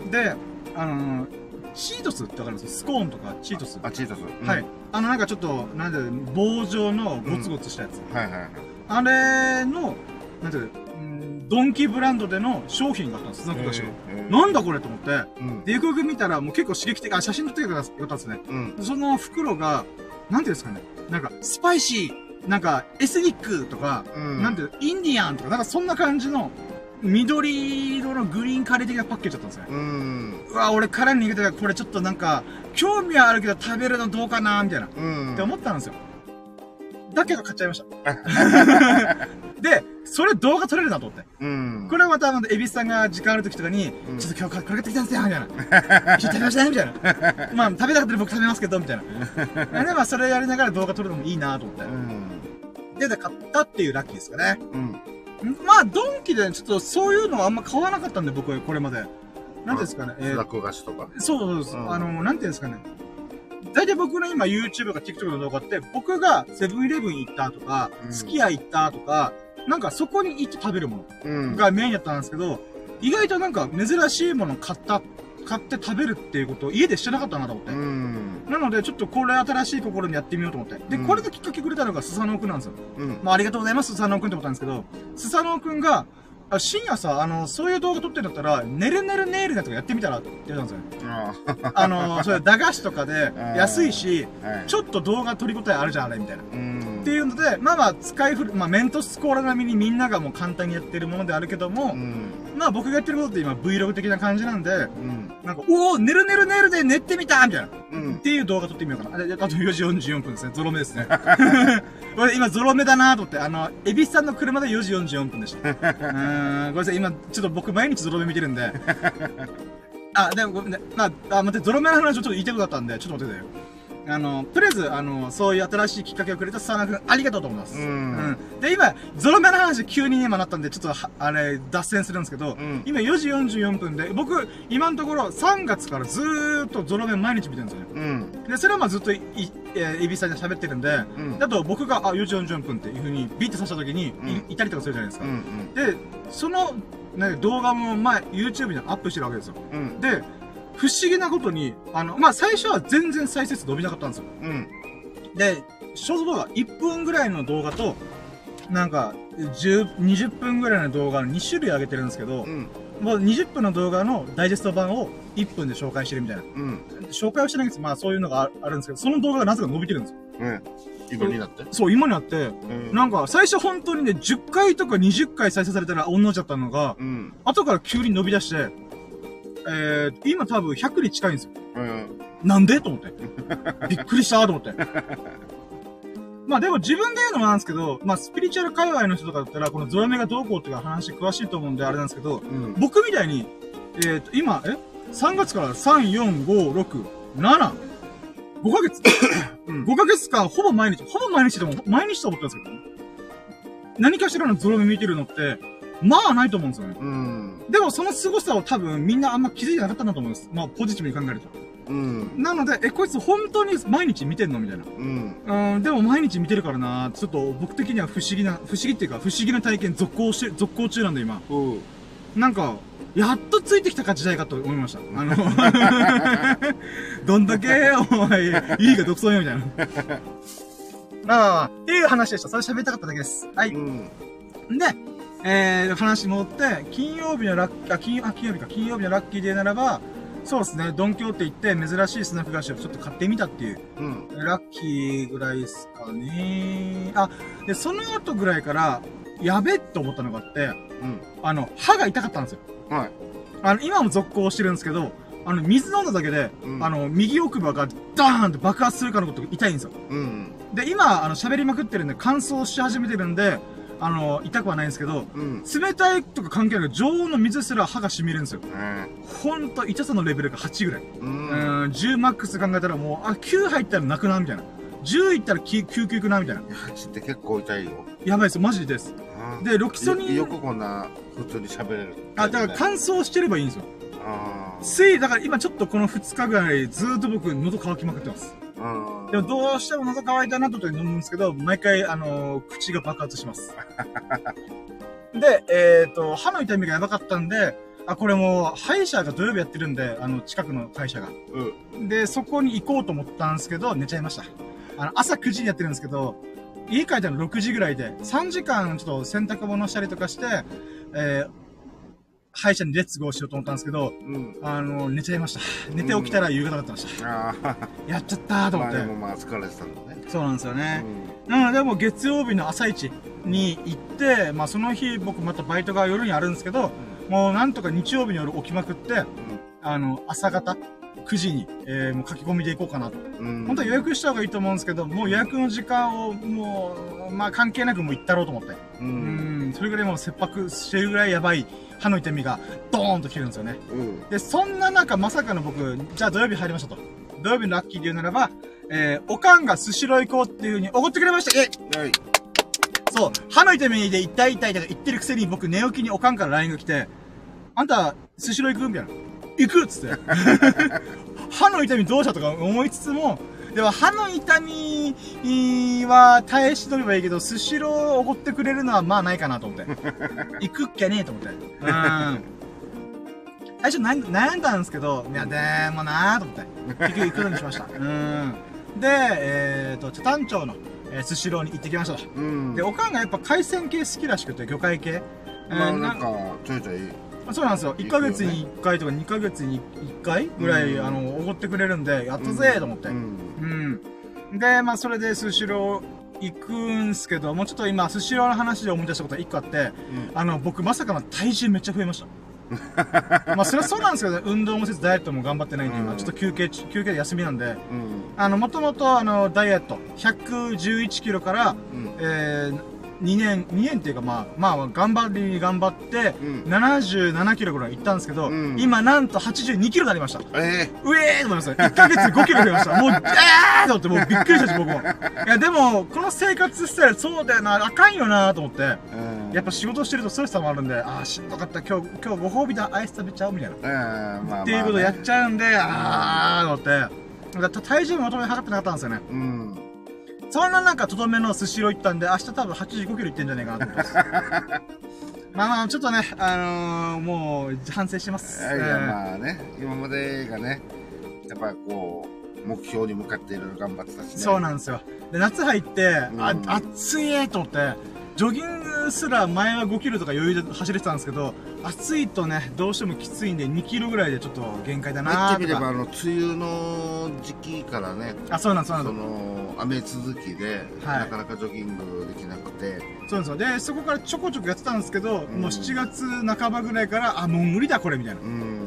で、あのー、チートスってわかるんですよ。スコーンとかチートス。 あ、チートス。うん、 はい。あのなんかちょっと、なんで、棒状のゴツゴツしたやつ。 うん、はいはいはい。 あれの、なんていうの、ドンキブランドでの商品があったんです、スナック菓子が。なんだこれと思って。うん、で、よくよく見たらもう結構刺激的、あ、写真撮ってくださったんですね。うん、その袋が、なんていうんですかね。なんか、スパイシー、なんか、エスニックとか、うん、なんていうの、インディアンとか、なんかそんな感じの、緑色のグリーンカレー的なパッケージだったんですね。うん。うわ、俺辛いの苦手だから、これちょっとなんか、興味はあるけど食べるのどうかなみたいな。うん。って思ったんですよ。だけど買っちゃいました。で、それ動画撮れるなと思って。うん。これはまた、あの、エビスさんが時間ある時とかに、うん、ちょっと今日これ買ってきたんですよみたいな。一緒に食べましたねみたいな。まあ、食べたかったら僕食べますけど、みたいな。で、まあ、それやりながら動画撮るのもいいなと思って。うん。で、で、買ったっていうラッキーですかね。うん。まあ、ドンキでちょっとそういうのはあんま買わなかったんで、僕はこれまで。なんですかね。 スナック菓子とか。 そうそうそう。うん、あの、なんていうんですかね。大体僕の今 YouTube か TikTok の動画って、僕がセブンイレブン行ったとか、すき家行ったとか、なんかそこに行って食べるものがメインだったんですけど、意外となんか珍しいもの買った、買って食べるっていうことを家でしてなかったなと思って。うん、なので、ちょっとこれ新しい試みやってみようと思って。で、うん、これできっかけくれたのがスサノオくんなんですよ。うん、まあ、ありがとうございます、スサノオくんって思ったんですけど、スサノオくんが、あ、深夜さ、あの、そういう動画撮ってんだったら、ねるねるネイルのやつとかやってみたらって言ったんですよね。あ, あの、それ駄菓子とかで安いし、ちょっと動画撮り応えあるじゃん、あれ、みたいな。っていうので、まあまあ、使い古、まあ、メントスコーラ並みにみんながもう簡単にやってるものであるけども、うん、まあ僕がやってることって今 Vlog 的な感じなんで、うん、なんか、おお、ねるねるネイルで練ってみたみたいな、うん。っていう動画撮ってみようかな。あ, あとよじよんじゅうよんぷんですね。ゾロ目ですね。俺今ゾロ目だなと思って、あの、エビスさんの車でよじよんじゅうよんぷんでした。うーん、ごめんなさい、今、ちょっと僕毎日ゾロ目見てるんで。あ、でもごめんね。まあ、あ、待って、ゾロ目の話をちょっと言いたくなったんで、ちょっと待っててよ。 あの、とりあえず、あの、そういう新しいきっかけをくれた佐野くん、ありがとうと思います。うん。うん。で、今、ゾロ目の話急に今なったんで、ちょっと、あれ、脱線するんですけど、うん、今よじよんじゅうよんぷんで、僕、今のところさんがつからずーっとゾロ目毎日見てるんですよね。うん。で、それはまあずっとい、い、えー、エビさんで喋ってるんで、うん、だと僕が、あ、よじよんじゅうよんぷんっていう風にビートさせた時に、うん、い, いたりとかするじゃないですか。うんうん、で、その、ね、動画も前、YouTube にアップしてるわけですよ。うん、で、不思議なことに、あの、まあ、最初は全然再生数伸びなかったんですよ。うん。で、ショート動画、いっぷんぐらいの動画と、なんか、じゅう、にじゅっぷんぐらいの動画のに種類上げてるんですけど、うん、もうにじゅっぷんの動画のダイジェスト版をいっぷんで紹介してるみたいな。うん。紹介はしてないんですよ。まあ、そういうのがあるんですけど、その動画がなぜか伸びてるんですよ。うん。 今になってそう、今になって、うん、なんか、最初本当にね、じゅっかいとかにじゅっかい再生されたら同じだったのが、うん、後から急に伸び出して、えー、今多分ひゃくに近いんですよ。うん、なんでと思って。びっくりしたと思って。まあでも自分で言うのもなんですけど、まあスピリチュアル界隈の人とかだったら、このゾロ目がどうこうっていう話詳しいと思うんであれなんですけど、うん、僕みたいに、えっ、ー、と、今、え ?さん 月からさん、よん、ご、ろく、なな、ごかげつ、うん、ごかげつかんほぼ毎日、ほぼ毎日でも毎日と思ってるんですけど、ね、何かしらのゾロ目見てるのって、まあないと思うんですよね。うん。でもその凄さを多分みんなあんま気づいてなかったんだと思うんです。まあポジティブに考えると。うん。なので、え、こいつ本当に毎日見てんのみたいな。うん。うん、でも毎日見てるからな、ちょっと僕的には不思議な、不思議っていうか不思議な体験続行して、続行中なんで今。うん。なんか、やっとついてきたか時代かと思いました。あの、どんだけ、お前、いいが独尊よみたいな。ああ、っていう話でした。それ喋りたかっただけです。はい。うん、で、えー、話戻って、金曜日のラッキー、あ、金、あ、金曜日か、金曜日のラッキーデーならば、そうですね、ドンキョーって言って珍しいスナック菓子をちょっと買ってみたっていう。うん。ラッキーぐらいですかね。あ、で、その後ぐらいから、やべって思ったのがあって、うん。あの、歯が痛かったんですよ。はい。あの、今も続行してるんですけど、あの、水飲んだだけで、うん、あの、右奥歯がダーンって爆発するかのことが痛いんですよ。うん。で、今、あの、喋りまくってるんで、乾燥し始めてるんで、あの、痛くはないんですけど、うん、冷たいとか関係なく、常温の水すら歯が染みるんですよ。うん、ほんと、痛さのレベルがはちぐらい。うん、うん、じゅうマックス考えたらもう、あ、きゅう入ったら泣くな、みたいな。じゅういったらききゅうきゅうくな、みたいな。 はちって結構痛いよ。 やばいです、マジです。で、ロキソニン。 よくこんな、普通に喋れる。 あ、だから乾燥してればいいんですよ。ああ。水、だから今ちょっとこのふつかぐらい、ずーっと僕、喉乾きまくってます。でもどうしても喉乾いたなと飲むんですけど、毎回、あのー、口が爆発します。で、えっ、ー、と、歯の痛みがやばかったんで、あ、これもう、歯医者が土曜日やってるんで、あの、近くの会社が。うん。で、そこに行こうと思ったんですけど、寝ちゃいました。あの、朝くじにやってるんですけど、家帰ったのろくじぐらいで、さんじかんちょっと洗濯物したりとかして、えー、歯医者にレッツゴーしようと思ったんですけど、うん、あの、寝ちゃいました。寝て起きたら夕方だったました。うん、やっちゃったーと思って。まあでもまあ疲れてたんだね。 そうなんですよね。うん、なので、もう月曜日の朝一に行って、まあその日僕またバイトが夜にあるんですけど、うん、もうなんとか日曜日の夜起きまくって、うん、あの、朝方、くじに、えー、もう書き込みで行こうかなと。うん、本当は予約した方がいいと思うんですけど、もう予約の時間をもう、まあ関係なくもう行ったろうと思って。うん。うんそれぐらいもう切迫してるぐらいやばい歯の痛みがドーンと来るんですよね。うん。で、そんな中まさかの僕、じゃあ土曜日入りましたと。土曜日のラッキーで言うならば、えー、おかんがスシロー行こうっていう風におごってくれました。えはい。そう、歯の痛みで痛い痛いとか言ってるくせに僕寝起きにおかんから ライン が来て、あんた、スシロー行くみたいな。行くっつって。歯の痛みどうしたとか思いつつも、でも歯の痛みは耐え忍べばいいけど、スシローをおごってくれるのはまあないかなと思って。行くっきゃねえと思って。うん。最初悩んだんですけど、いや、でもなーと思って。結局行くのにしました。うん。で、えっと、北谷町の、えー、スシローに行ってきましたと。うん。で、おかんがやっぱ海鮮系好きらしくて、魚介系。 まあ、なんか、ちょいちょい。 そうなんですよ。いっかげつにいっかいとかにかげつにいっかいぐらい、うん、あの、おごってくれるんで、やったぜーと思って。うん。うん。で、まあ、それでスシロー行くんすけど、もうちょっと今、スシローの話で思い出したことがいっこあって、うん、あの、僕まさかの体重めっちゃ増えました。まあ、それはそうなんですけど、ね、運動もせずダイエットも頑張ってないんで、今、うん、ちょっと休憩、休憩で休みなんで、うん、あの、もともと、あの、ダイエット、ひゃくじゅういちキロから、うん、えー、 にねん、にねんっていうかまあ、まあ、頑張り頑張って、うん、ななじゅうななキロぐらい行ったんですけど、うん、今なんとはちじゅうにキロになりました。えー、うえーと思いました。いっかげつごキロ増えました。もう、えーと思って、もうびっくりしたし、僕も。いや、でも、この生活スタイル、そうだよな、あかんよなと思って、うん、やっぱ仕事してるとストレスさもあるんで、ああ、しんどかった、今日、今日ご褒美だ、アイス食べちゃうみたいな。うん、まあ、っていうことやっちゃうんで、あーと思って、なんか体重もまとめ測ってなかったんですよね。うん。そんななんかとどめのスシロー行ったんで、明日多分はちじゅうごキロ行ってんじゃねえかなと思ってます。まあまあ、ちょっとね、あのー、もう、反省してます。 いやいや、まあね、今までがね、やっぱこう、目標に向かっていろいろ頑張ってたしね。 そうなんですよ。で、夏入って、うん、あ、暑いと思って、ジョギングすら前はごキロとか余裕で走れてたんですけど、暑いとね、どうしてもきついんでにキロぐらいでちょっと限界だなーとか。 言ってみれば、あの、梅雨の時期からね、 あ、そうなんです、そうなんです。その、雨続きで、はい、なかなかジョギングできなくて。 そうなんですよ。で、そこからちょこちょこやってたんですけど、うん、もうしちがつなかばぐらいから、あ、もう無理だこれみたいな。うん、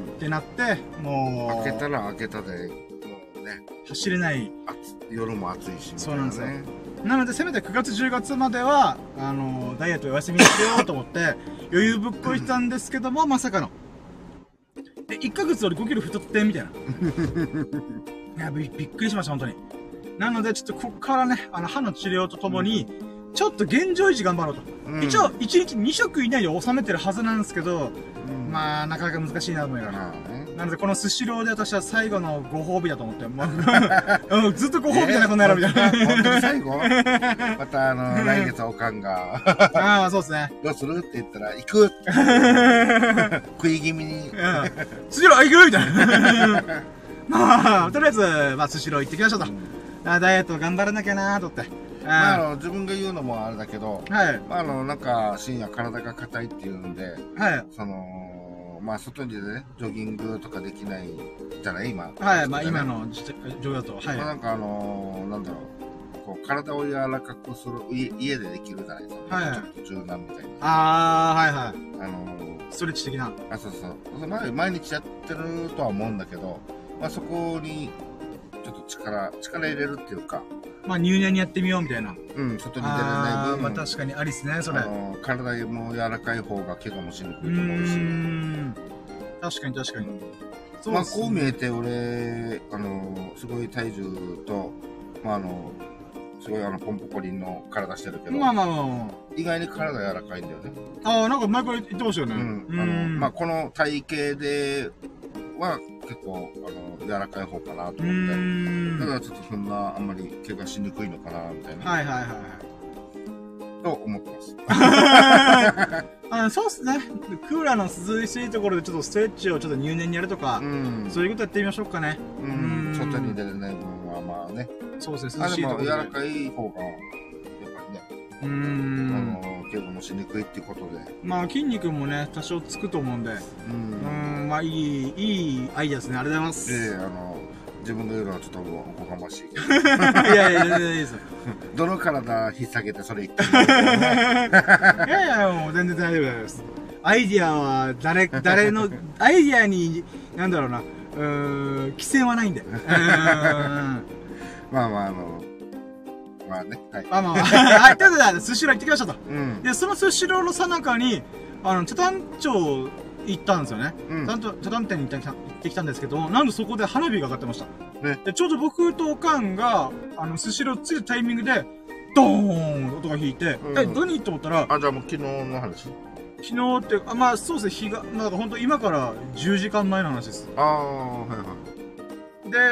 ってなって、もう。開けたら開けたで、もうね。 走れない。 夜も暑いし、ね。 そうなんですよ。なので、せめてくがつじゅうがつまでは、あのー、ダイエットお休みにしようと思って、余裕ぶっこいてたんですけども、まさかの。え、いっかげつ俺ごキロ太って、みたいな。いやび、びっくりしました、本当に。なので、ちょっとこっからね、あの、歯の治療とともに、ちょっと現状維持頑張ろうと。うん、一応、いちにちに食以内で収めてるはずなんですけど、うん、まあ、なかなか難しいなと思いながら。なので、このスシローで私は最後のご褒美だと思って、もう、うん、ずっとご褒美だな、この野郎みたいな。 本当に最後また、あの、来月おかんが。 ああ、そうですね。 どうするって言ったら、行く食い気味に。 スシロー行くみたいな。まあ、とりあえず、まあ、スシロー行ってきましょうと。あ、ダイエット頑張らなきゃなーと思って。 まあ、あの、自分が言うのもあれだけど、はい。まあ、あの、なんか、深夜体が硬いっていうんで、はい。その、まあ、外にね、ジョギングとかできないじゃない今。 はい、まあ、今の状況だと。はい。 まあ、なんかあのー、なんだろう、こう、体を柔らかくする、家でできるじゃないですか。はい。ちょっと柔軟みたいな。 ああ、はいはい。あのー、 ストレッチ的な。 あ、そうそう。毎毎日やってるとは思うんだけど、まあ、そこに、ちょっと力、力入れるっていうか、 まあ入念にやってみようみたいな。 うん、外に出れない分。 まあ確かにありっすね、それ。あのー、体も柔らかい方が怪我もしにくいと思うし。うん。 確かに確かに。 そうまあこう見えて俺、あのー、すごい体重と、まああのー、すごいあの、ポンポコリンの体してるけど。まあまあまあ、まあ。意外に体柔らかいんだよね。 ああ、なんか前から言ってましたよね。うん。 あの、まあこの体型では結構、あの、柔らかい方かなと思って。だからちょっとそんな、あんまり怪我しにくいのかな、みたいな。はいはいはい。と思ってます。 あそうっすね。クーラーの涼しいところでちょっとストレッチをちょっと入念にやるとか、うん、そういうことやってみましょうかね。 うん。外に出れない分はまあね。 そうですね、涼しいところで。 柔らかい方が、やっぱりね。うん。あの、怪我もしにくいっていうことで。 まあ筋肉もね、多少つくと思うんで。うん。うん、まあいい、いいアイデアですね。ありがとうございます。 ええー、あの、自分の言うのはちょっとおこがましいけど。 いやいや、全然いいですよ。 どの体引っ提げてそれ言ってるのいやいや、もう全然大丈夫です。アイディアは誰、誰の、アイディアに、なんだろうな、うーん、規制はないんで。まあまあ、あの、まあね、はい。 まあまあ、はい、ということで、スシロー行ってきましたと。うん、で、そのスシローのさなかに、あの、北谷町行ったんですよね。うん。ちゃんと、北谷店に行ってきたんですけど、なんでそこで花火が上がってました。ね。で、ちょうど僕とおかんが、あの、スシロー着いたタイミングで、ドーン音が弾いて、うん、え、何と思ったら、 あ、じゃあもう昨日の話昨日って、あ、まあそうですね、日が、なんか本当今からじゅうじかんまえの話です。 ああ、はいはい。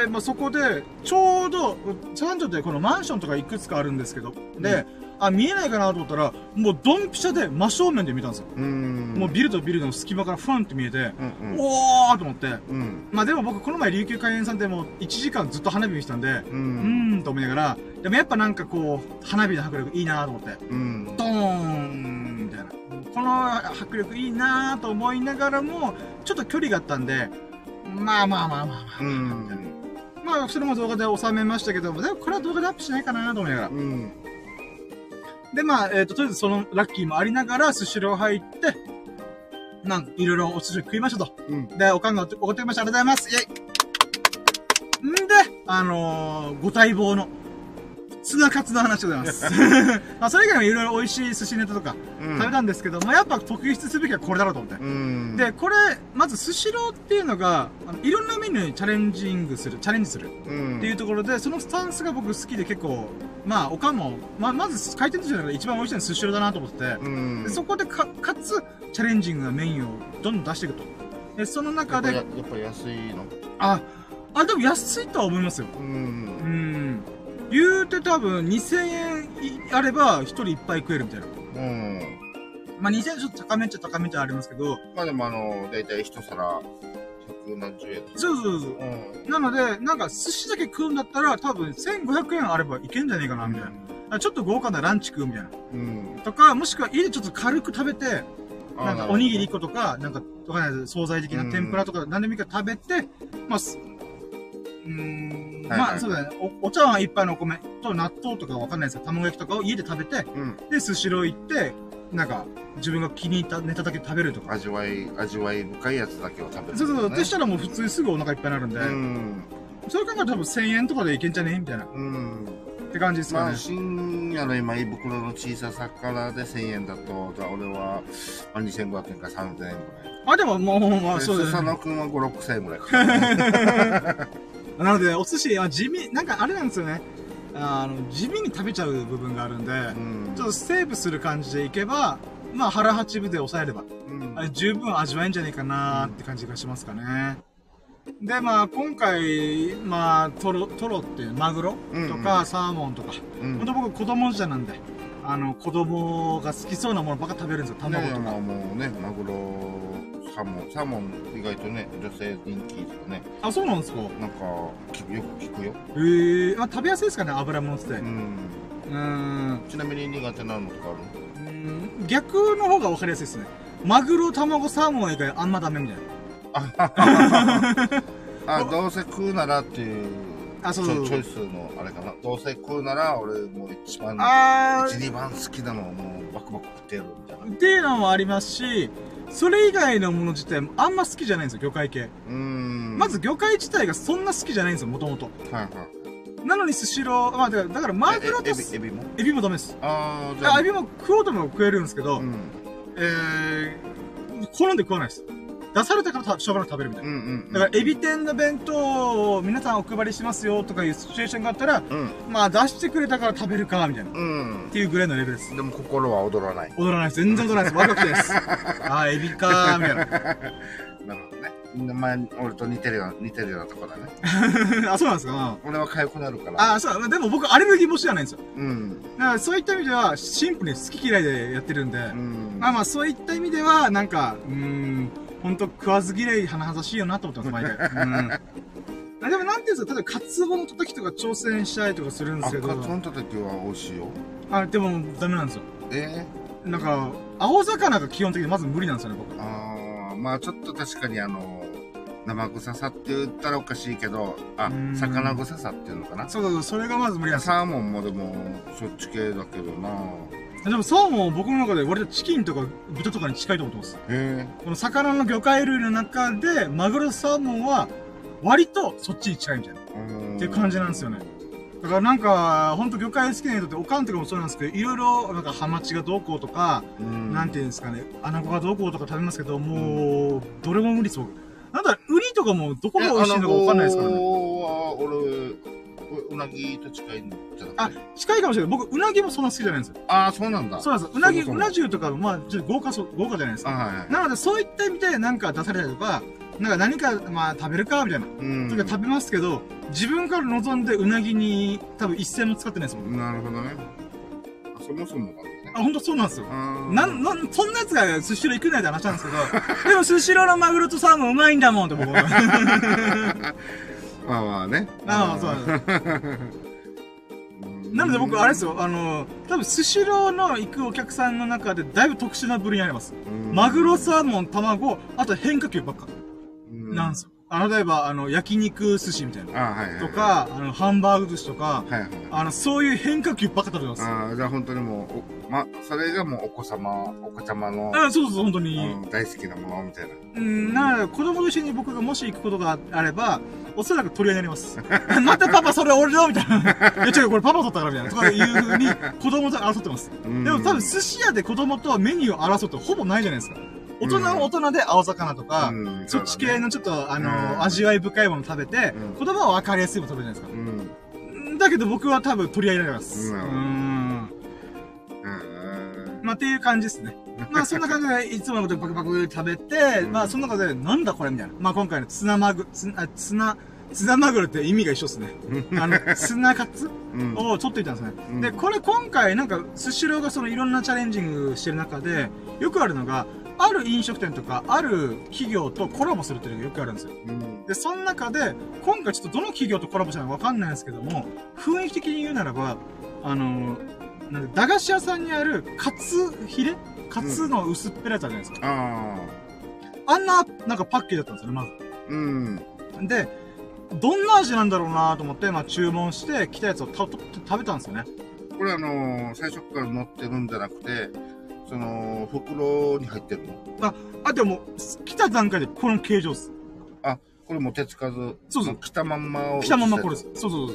で、まあそこで、ちょうど、三条ってこのマンションとかいくつかあるんですけど、で、うん、あ、見えないかなと思ったら、もうドンピシャで真正面で見たんですよ。うん。もうビルとビルの隙間からファンって見えて、うんうん、おーと思って、うん。まあでも僕この前琉球海援さんでもういちじかんずっと花火見てたんで、うん、うーんと思いながら、でもやっぱなんかこう、花火の迫力いいなと思って、うん。ドーンみたいな。この迫力いいなぁと思いながらも、ちょっと距離があったんで、まあまあまあまあまあ、うん、まあ、それも動画で収めましたけども、でもこれは動画でアップしないかなと思いながら。うん、で、まあ、えっ、ー、と、とりあえずそのラッキーもありながら、スシロー入って、なんかいろいろお寿司食いましたと。うん、で、おかんがおごってきました。ありがとうございます。イェイんで、あのー、ご待望の、 ツナカツの話でございます。まあ、それ以外もいろいろ美味しい寿司ネタとか食べたんですけど、うん、まあ、やっぱ特筆すべきはこれだろうと思って。うん、で、これ、まずスシローっていうのが、あのいろんなメニューにチャレンジングする、チャレンジするっていうところで、そのスタンスが僕好きで結構、まあ、おかんも、まあ、まず回転寿司の中で一番美味しいのはスシローだなと思ってて、うん、でそこでか、かつ、チャレンジングなメニューをどんどん出していくと。で、その中で。 やっぱり安いの？ あ、あ、でも安いとは思いますよ。うん。うん。言うて多分にせんえんあれば一人いっぱい食えるみたいな。うん。まあにせんえんちょっと高めっちゃ高めっちゃありますけど。 まあでもあの、だいたい一皿ひゃくなんじゅうえん。 そうそうそう。うん、なので、なんか寿司だけ食うんだったら多分せんごひゃくえんあればいけんじゃねえかな、みたいな。うん、ちょっと豪華なランチ食うみたいな。うん。とか、もしくは家でちょっと軽く食べて、なんかおにぎりいっことか、なんか、わかんないです。惣菜的な天ぷらとか何でもいいから食べて、まあ、うーん、まあ、そうだね。お、お茶碗一杯のお米と納豆とかわかんないですけど、卵焼きとかを家で食べて、うん、で、スシロー行って、なんか、自分が気に入ったネタだけ食べるとか。 味わい、味わい深いやつだけを食べる、ね。 そうそうそう。でしたらもう普通にすぐお腹いっぱいになるんで、うん、それ考えたら多分せんえんとかでいけんじゃねみたいな。うん。って感じですかね。まあ、 深夜の今、胃袋の小ささからでせんえんだと、じゃあ俺は、まあ、にせんごひゃくえんかさんぜんえんぐらい。 あ、でももう、まあ、そうです、ね。 佐野くんはご、ろくせんえんぐらいかかなので、お寿司、あ、地味、なんかあれなんですよね。あの、地味に食べちゃう部分があるんで、うん、ちょっとセーブする感じでいけば、まあ腹八分で抑えれば、うん、あれ十分味わえんじゃねえかなーって感じがしますかね。うん、で、まあ今回、まあ、トロ、トロっていう、マグロとか、サーモンとか、うん、ほんと僕子供じゃなんで、あの、子供が好きそうなものばっか食べるんですよ、卵とか。 まあもうね、マグロ、サーモン、サーモン意外とね、女性人気とかね。 あ、そうなんですか？ なんか、よく聞くよ。 へえー、まあ食べやすいですかね、油物って。うん。 うん。ちなみに苦手なのとかある？ 逆の方が分かりやすいですね。マグロ、卵、サーモン以外あんまダメみたいな。 あ、どうせ食うならっていう、あ、そうそうそうチョイスのあれかな。どうせ食うなら、俺もう一番、一、二番好きなのをもうバクバク食ってやるみたいな。 っていうのもありますし、それ以外のもの自体もあんま好きじゃないんですよ、魚介系。うん。まず魚介自体がそんな好きじゃないんですよ、もともと。はいはい。なのにスシロー、まあだから、だからマグロとエビ、エビもエビもダメです。ああ、じゃあ。エビも食おうとも食えるんですけど、うん、えー、好んで食わないです。出されたからしょうがなく食べるみたいな。うんうんうん、だからエビ天の弁当を皆さんお配りしますよとかいうシチュエーションがあったら、うん、まあ出してくれたから食べるか、みたいな。うん、っていうぐらいのレベルです。 でも心は踊らない。 踊らないです。全然踊らないです。若くてです。ああ、エビかー、みたいな。 なるほどね。前、俺と似てるような、似てるようなとこだね。あ、そうなんですか。 俺は痒くなるから。 あ、そう。でも僕、アレルギー持ちじゃないんですよ。うん。だからそういった意味では、シンプルに好き嫌いでやってるんで、うん、まあまあ、そういった意味では、なんか、うーん、ほんと食わず嫌い、甚だしいよなと思ってます、毎回。うん。でも、なんていうんですか、例えば、カツオのたたきとか挑戦したりとかするんですけど。 あ、カツオのたたきは美味しいよ。 あ、でも、ダメなんですよ。ええー、なんか、青魚が基本的にまず無理なんですよね、僕。 ああ、まあちょっと確かにあの、生臭さって言ったらおかしいけど、あ、魚臭さっていうのかな。 そうそうそう、それがまず無理なんですよ。サーモンもでも、そっち系だけどな。 でもサーモン僕の中で割とチキンとか豚とかに近いと思ってます。へー。この魚の魚介類の中で、マグロサーモンは、割とそっちに近いみたいな。っていう感じなんですよね。だからなんか、ほんと魚介好きな人って、おかんとかもそうなんですけど、いろいろ、なんかハマチがどうこうとか、なんていうんですかね、アナゴがどうこうとか食べますけど、もう、どれも無理そう。なんだ、ウニとかもどこが美味しいのかわかんないですからね。 は、俺、うなぎと近いんじゃなくて。 あ、近いかもしれない。僕、うなぎもそんな好きじゃないんですよ。 ああ、そうなんだ。 そうなんですよ。うなぎ、うな重とか、まあ、ちょっと豪華そう、豪華じゃないですか。はい。なので、そういった意味でなんか出されたりとか、なんか何か、まあ、食べるかみたいな。うん。とか食べますけど、自分から望んでうなぎに多分一銭も使ってないですもん。 なるほどね。そもそもだね。 あ、ほんとそうなんですよ。なん、なん、そんなやつがスシロー行くないって話なんですけど、でもスシローのマグロとサーモンうまいんだもんって僕は。 まあまあね。 ああ、そうなんです。なので僕、あれですよ、あの、多分スシローの行くお客さんの中でだいぶ特殊な部類になります。マグロ、サーモン、卵、あと変化球ばっか。なんですよ。 あの、例えば、あの、焼肉寿司みたいな。あはいはい、はい。とか、あの、ハンバーグ寿司とか、はいはい。あの、そういう変化球ばっか食べてます。 ああ、じゃあ本当にもう、お、ま、それがもうお子様、お子様の。 あそうそう、本当に。 うん、大好きなものみたいな。 うん、なので、子供と一緒に僕がもし行くことがあれば、おそらく取り合いになります。待って、パパ、それ俺だみたいな。いや、違う、これパパ取ったからみたいな。とかいう風に、子供と争ってます。でも多分、寿司屋で子供とメニューを争うってほぼないじゃないですか。大人は大人で青魚とか、うん、そっち系のちょっと、あのーうん、味わい深いもの食べて、うん、子供は分かりやすいもの食べるじゃないですか。うん、だけど僕は多分取り合いになります。うん。うん。まあ、っていう感じですね。まあ、そんな感じで、いつものことパクパク食べて、うん、まあ、その中で、なんだこれみたいな。まあ、今回のツナマグ、ツナ、ツナ、ツナマグロって意味が一緒っすね。あの、ツナカツを取っていたんですね。うん、で、これ今回なんか、スシローがそのいろんなチャレンジングしてる中で、よくあるのが、ある飲食店とか、ある企業とコラボするっていうのがよくあるんですよ。うん、で、その中で、今回ちょっとどの企業とコラボしたのかわかんないんですけども、雰囲気的に言うならば、あのー、なんで、駄菓子屋さんにあるカツヒレカツの薄っぺらやつあるじゃないですか。うん、ああんな、なんかパッケージだったんですよね、まず。うん。で、どんな味なんだろうなと思って、まあ注文して、来たやつをたと食べたんですよね。 これあのー、最初から乗ってるんじゃなくて、その、袋に入ってるのあ、あ、でも、来た段階でこの形状です。 あ、これも手つかず。そうそう。来たまんまを。 来たまんまこれです。そうそうそう。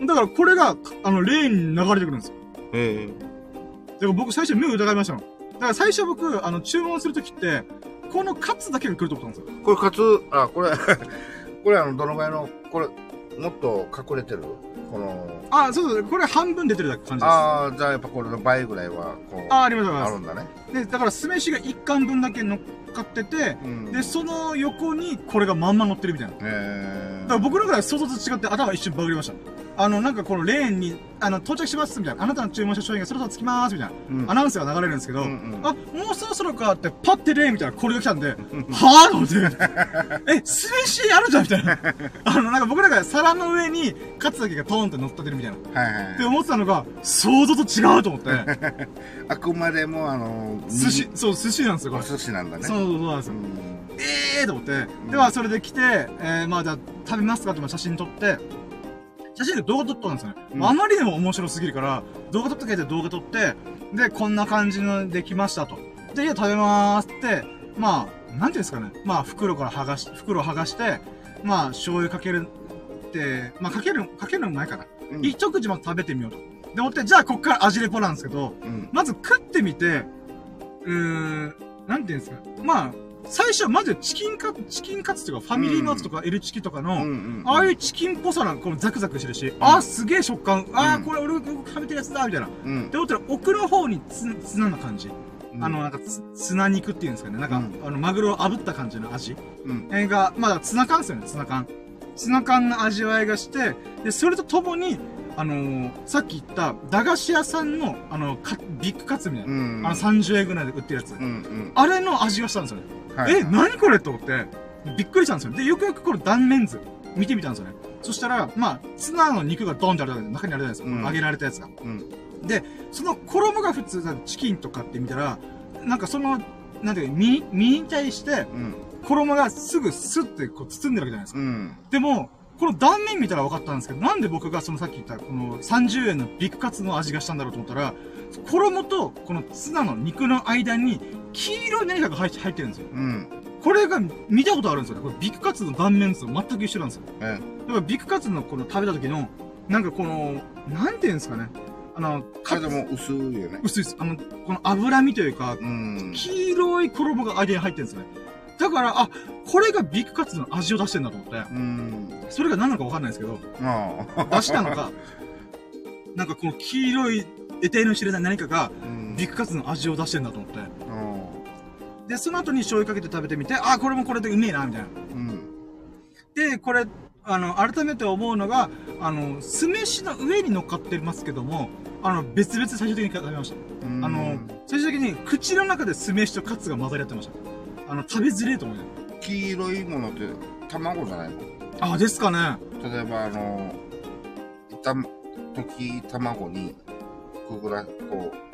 だからこれが、あの、レーンに流れてくるんですよ。へえ。だから僕最初目を疑いましたの。だから最初僕、あの、注文するときって、このカツだけが来ると思ったんですよ。 これカツ、あ、これ、これあの、どのぐらいの、これ、もっと隠れてるこの。 あ、そうそう、これ半分出てるだけ感じです。 ああ、じゃあやっぱこれの倍ぐらいは、こう。 あ、ありますあるんだね。 で、だから酢飯が一貫分だけ乗っかってて、うん、で、その横にこれがまんま乗ってるみたいな。へー。だから僕の中では想像と違って頭一瞬バグりました。あの、なんかこのレーンに、あの、到着しますみたいな。あなたの注文した商品がそろそろ着きますみたいな。うん、アナウンスが流れるんですけど、うんうん、あ、もうそろそろかって、パッてレーンみたいなこれが来たんで、はぁと思って、え、酢飯あるじゃんみたいな。あの、なんか僕らが皿の上にカツだけがトーンって乗っ立てるみたいな。はいはいはい。って思ってたのが、想像と違うと思って。 あくまでも、あのー、寿司、そう、寿司なんですよ、これ。 寿司なんだね。 そうそうそうなんですよ。ええーと思って。うん、では、それで来て、えー、まあじゃあ、食べますかって写真撮って、写真で動画撮ったんですよね。うん、あまりにも面白すぎるから、動画撮ってくれて動画撮って、で、こんな感じのできましたと。で、いや、食べまーすって、まあ、なんていうんですかね。まあ、袋から剥がし、袋を剥がして、まあ、醤油かけるって、まあ、かける、かけるのもないかな。うん、一口まず食べてみようと。で、思って、じゃあ、こっから味レポなんですけど、うん、まず食ってみて、うーん、なんていうんですか。まあ、最初はまずチキンカツ、チキンカツとかファミリーマートとか L チキとかの、ああいうチキンっぽさな、このザクザクしてるし、うん、ああすげえ食感、ああ、うん、これ俺が食べてるやつだみたいな。うん、で、思ったら奥の方にツ、ツナな感じ。うん、あの、なんかツ、ツナ肉っていうんですかね。なんか、うん、あの、マグロを炙った感じの味。うん。えー、が、まだツナ缶ですよね、ツナ缶。ツナ缶の味わいがして、で、それとともに、あのー、さっき言った、駄菓子屋さんの、あの、かビッグカツみたいな。うん、あの、さんじゅうえんぐらいで売ってるやつ。うんうん、あれの味がしたんですよね。はいはい、え、何これと思って、びっくりしたんですよ。で、よくよくこれ断面図、見てみたんですよね。そしたら、まあ、ツナの肉がドンってあるじゃないですか。中にあるじゃないですか。うん、揚げられたやつが。うん、で、その衣が普通、チキンとかって見たら、なんかその、なんていうか、身、身に対して、衣がすぐスッてこう包んでるわけじゃないですか。うん、でも、この断面見たら分かったんですけど、なんで僕がそのさっき言ったこのさんじゅうえんのビッグカツの味がしたんだろうと思ったら、衣とこのツナの肉の間に黄色い何かが入ってるんですよ。うん。これが見たことあるんですよね。これビッグカツの断面図と全く一緒なんですよ。うん。だからビッグカツのこの食べた時の、なんかこの、なんていうんですかね。あの、 体も薄いよね。 薄いです。あの、この脂身というか、うん、黄色い衣が間に入ってるんですよね。だから、あ、これがビッグカツの味を出してるんだと思って。うん。それが何なのか分かんないですけど、出したのか、なんかこの黄色い得体の知れない何かが、ビッグカツの味を出してるんだと思って。うん、で、その後に醤油かけて食べてみて、あ、これもこれでうめえな、みたいな。うん、で、これ、あの、改めて思うのが、あの、酢飯の上に乗っかってますけども、あの、別々最終的に食べました。あの、最終的に口の中で酢飯とカツが混ざり合ってました。あの、食べづれえと思うよ。 黄色いものって卵じゃないの？ あ、ですかね。 例えば、あの、炒め、溶き卵に、くぐら、こう、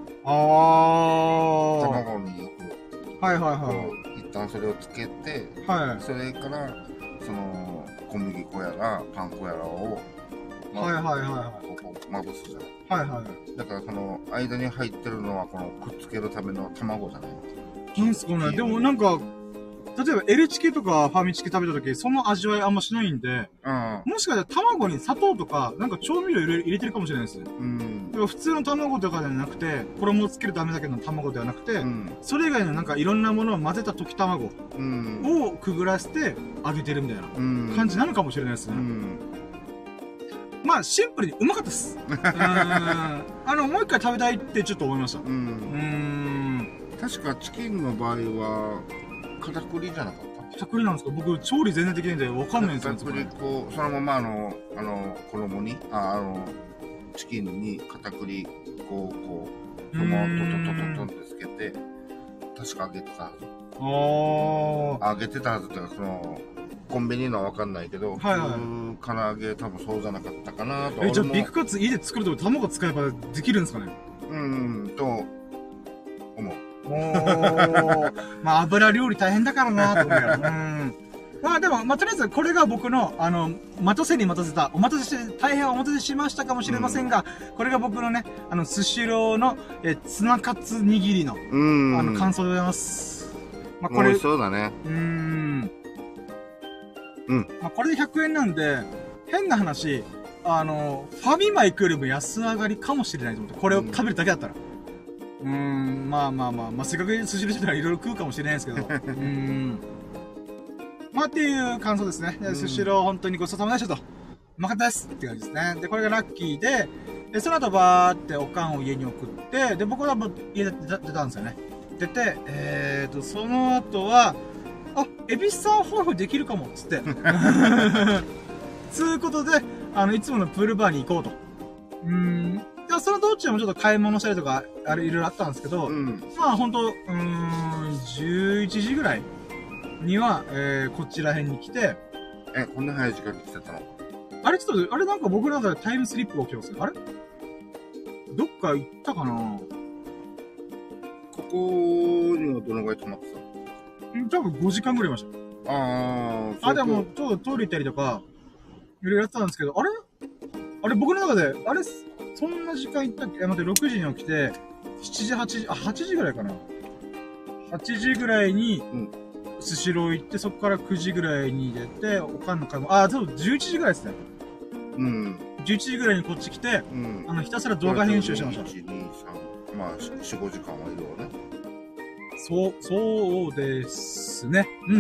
ああ。卵によく、 はいはいはい。 一旦それをつけて、はい。それから、 その、小麦粉やら、パン粉やらを、 まあ、はいはいはいはい。 こう、まぶすじゃん。はいはい。だからその、間に入ってるのは、この、くっつけるための卵じゃないなんすかね。でもなんか、例えば L チキとかファミチキ食べた時、その味わいあんましないんで、うん、もしかしたら卵に砂糖とか、なんか調味料入れ入れてるかもしれないです。うん。だから普通の卵とかではなくて、衣をつけるためだけの卵ではなくて、うん、それ以外のなんかいろんなものを混ぜた溶き卵をくぐらせて揚げてるみたいな感じなのかもしれないですね。うん、まあ、シンプルにうまかったっす。うん。あの、もう一回食べたいってちょっと思いました。うん。うん。 確かチキンの場合は、片栗じゃなかった片栗なんですか？僕、調理全然できないんでわかんないんですよ。 片栗粉、そのままあの、あの、衣に、あ、あの、チキンに片栗粉をこう、トマトトトトトってつけて、確か揚げてたはず。ああ。揚げてたはずっていうか、その、コンビニのはわかんないけど、はいはい。唐揚げ多分そうじゃなかったかなと。 え、じゃあビッグカツ家で作るとき卵使えばできるんですかね？ うん、と、思う。 おー。まあ、油料理大変だからなと思うよ。うん。まあでも、まあとりあえずこれが僕の、あの、待たせに待たせた、お待たせして、大変お待たせしましたかもしれませんが、うん、これが僕のね、あの、スシローの、え、ツナカツ握りの、うん。あの、感想でございます。まあこれ。 美味しそうだね。 うーん。うん。まあこれでひゃくえんなんで、変な話、あの、ファミマ行くよりも安上がりかもしれないと思って、これを食べるだけだったら。うーん、まあまあまあ、まあ、せっかく寿司の人ならいろいろ食うかもしれないですけど。うーん。まあっていう感想ですね。スシロー本当にごちそうさまでしたと。うまかったですって感じですね。で、これがラッキーで、で、その後バーっておかんを家に送って、で、僕はもう家で出たんですよね。出て、えーと、その後は、あ、エビスさんホイフできるかもっつって。つうことで、あの、いつものプールバーに行こうと。うーん。その道中もちょっと買い物したりとか、あれいろいろあったんですけど、うん、まあほんと、うーん、じゅういちじぐらいには、えー、こちら辺に来て、 え、こんな早い時間に来てたの？ あれちょっと、あれなんか僕らでタイムスリップが起きますよ。あれどっか行ったかな？ ここにはどのぐらい泊まってた？多分ごじかんぐらいいました。ああ、あ、でも、ちょっとトイレ行ったりとか、いろいろやってたんですけど、あれあれ僕の中で、あれそんな時間行ったっけ？待って、ろくじに起きて、しちじ、はちじ、あ、はちじぐらいかな。はちじぐらいに、スシロー行って、そこからくじぐらいに出て、おかんの買い物、あ、そう、じゅういちじぐらいですね。うん。じゅういちじぐらいにこっち来て、うん、あの、ひたすら動画編集してました。いち、に、さん、まあ、よん、ごじかんはいるわね。 そう、そうですね。うん。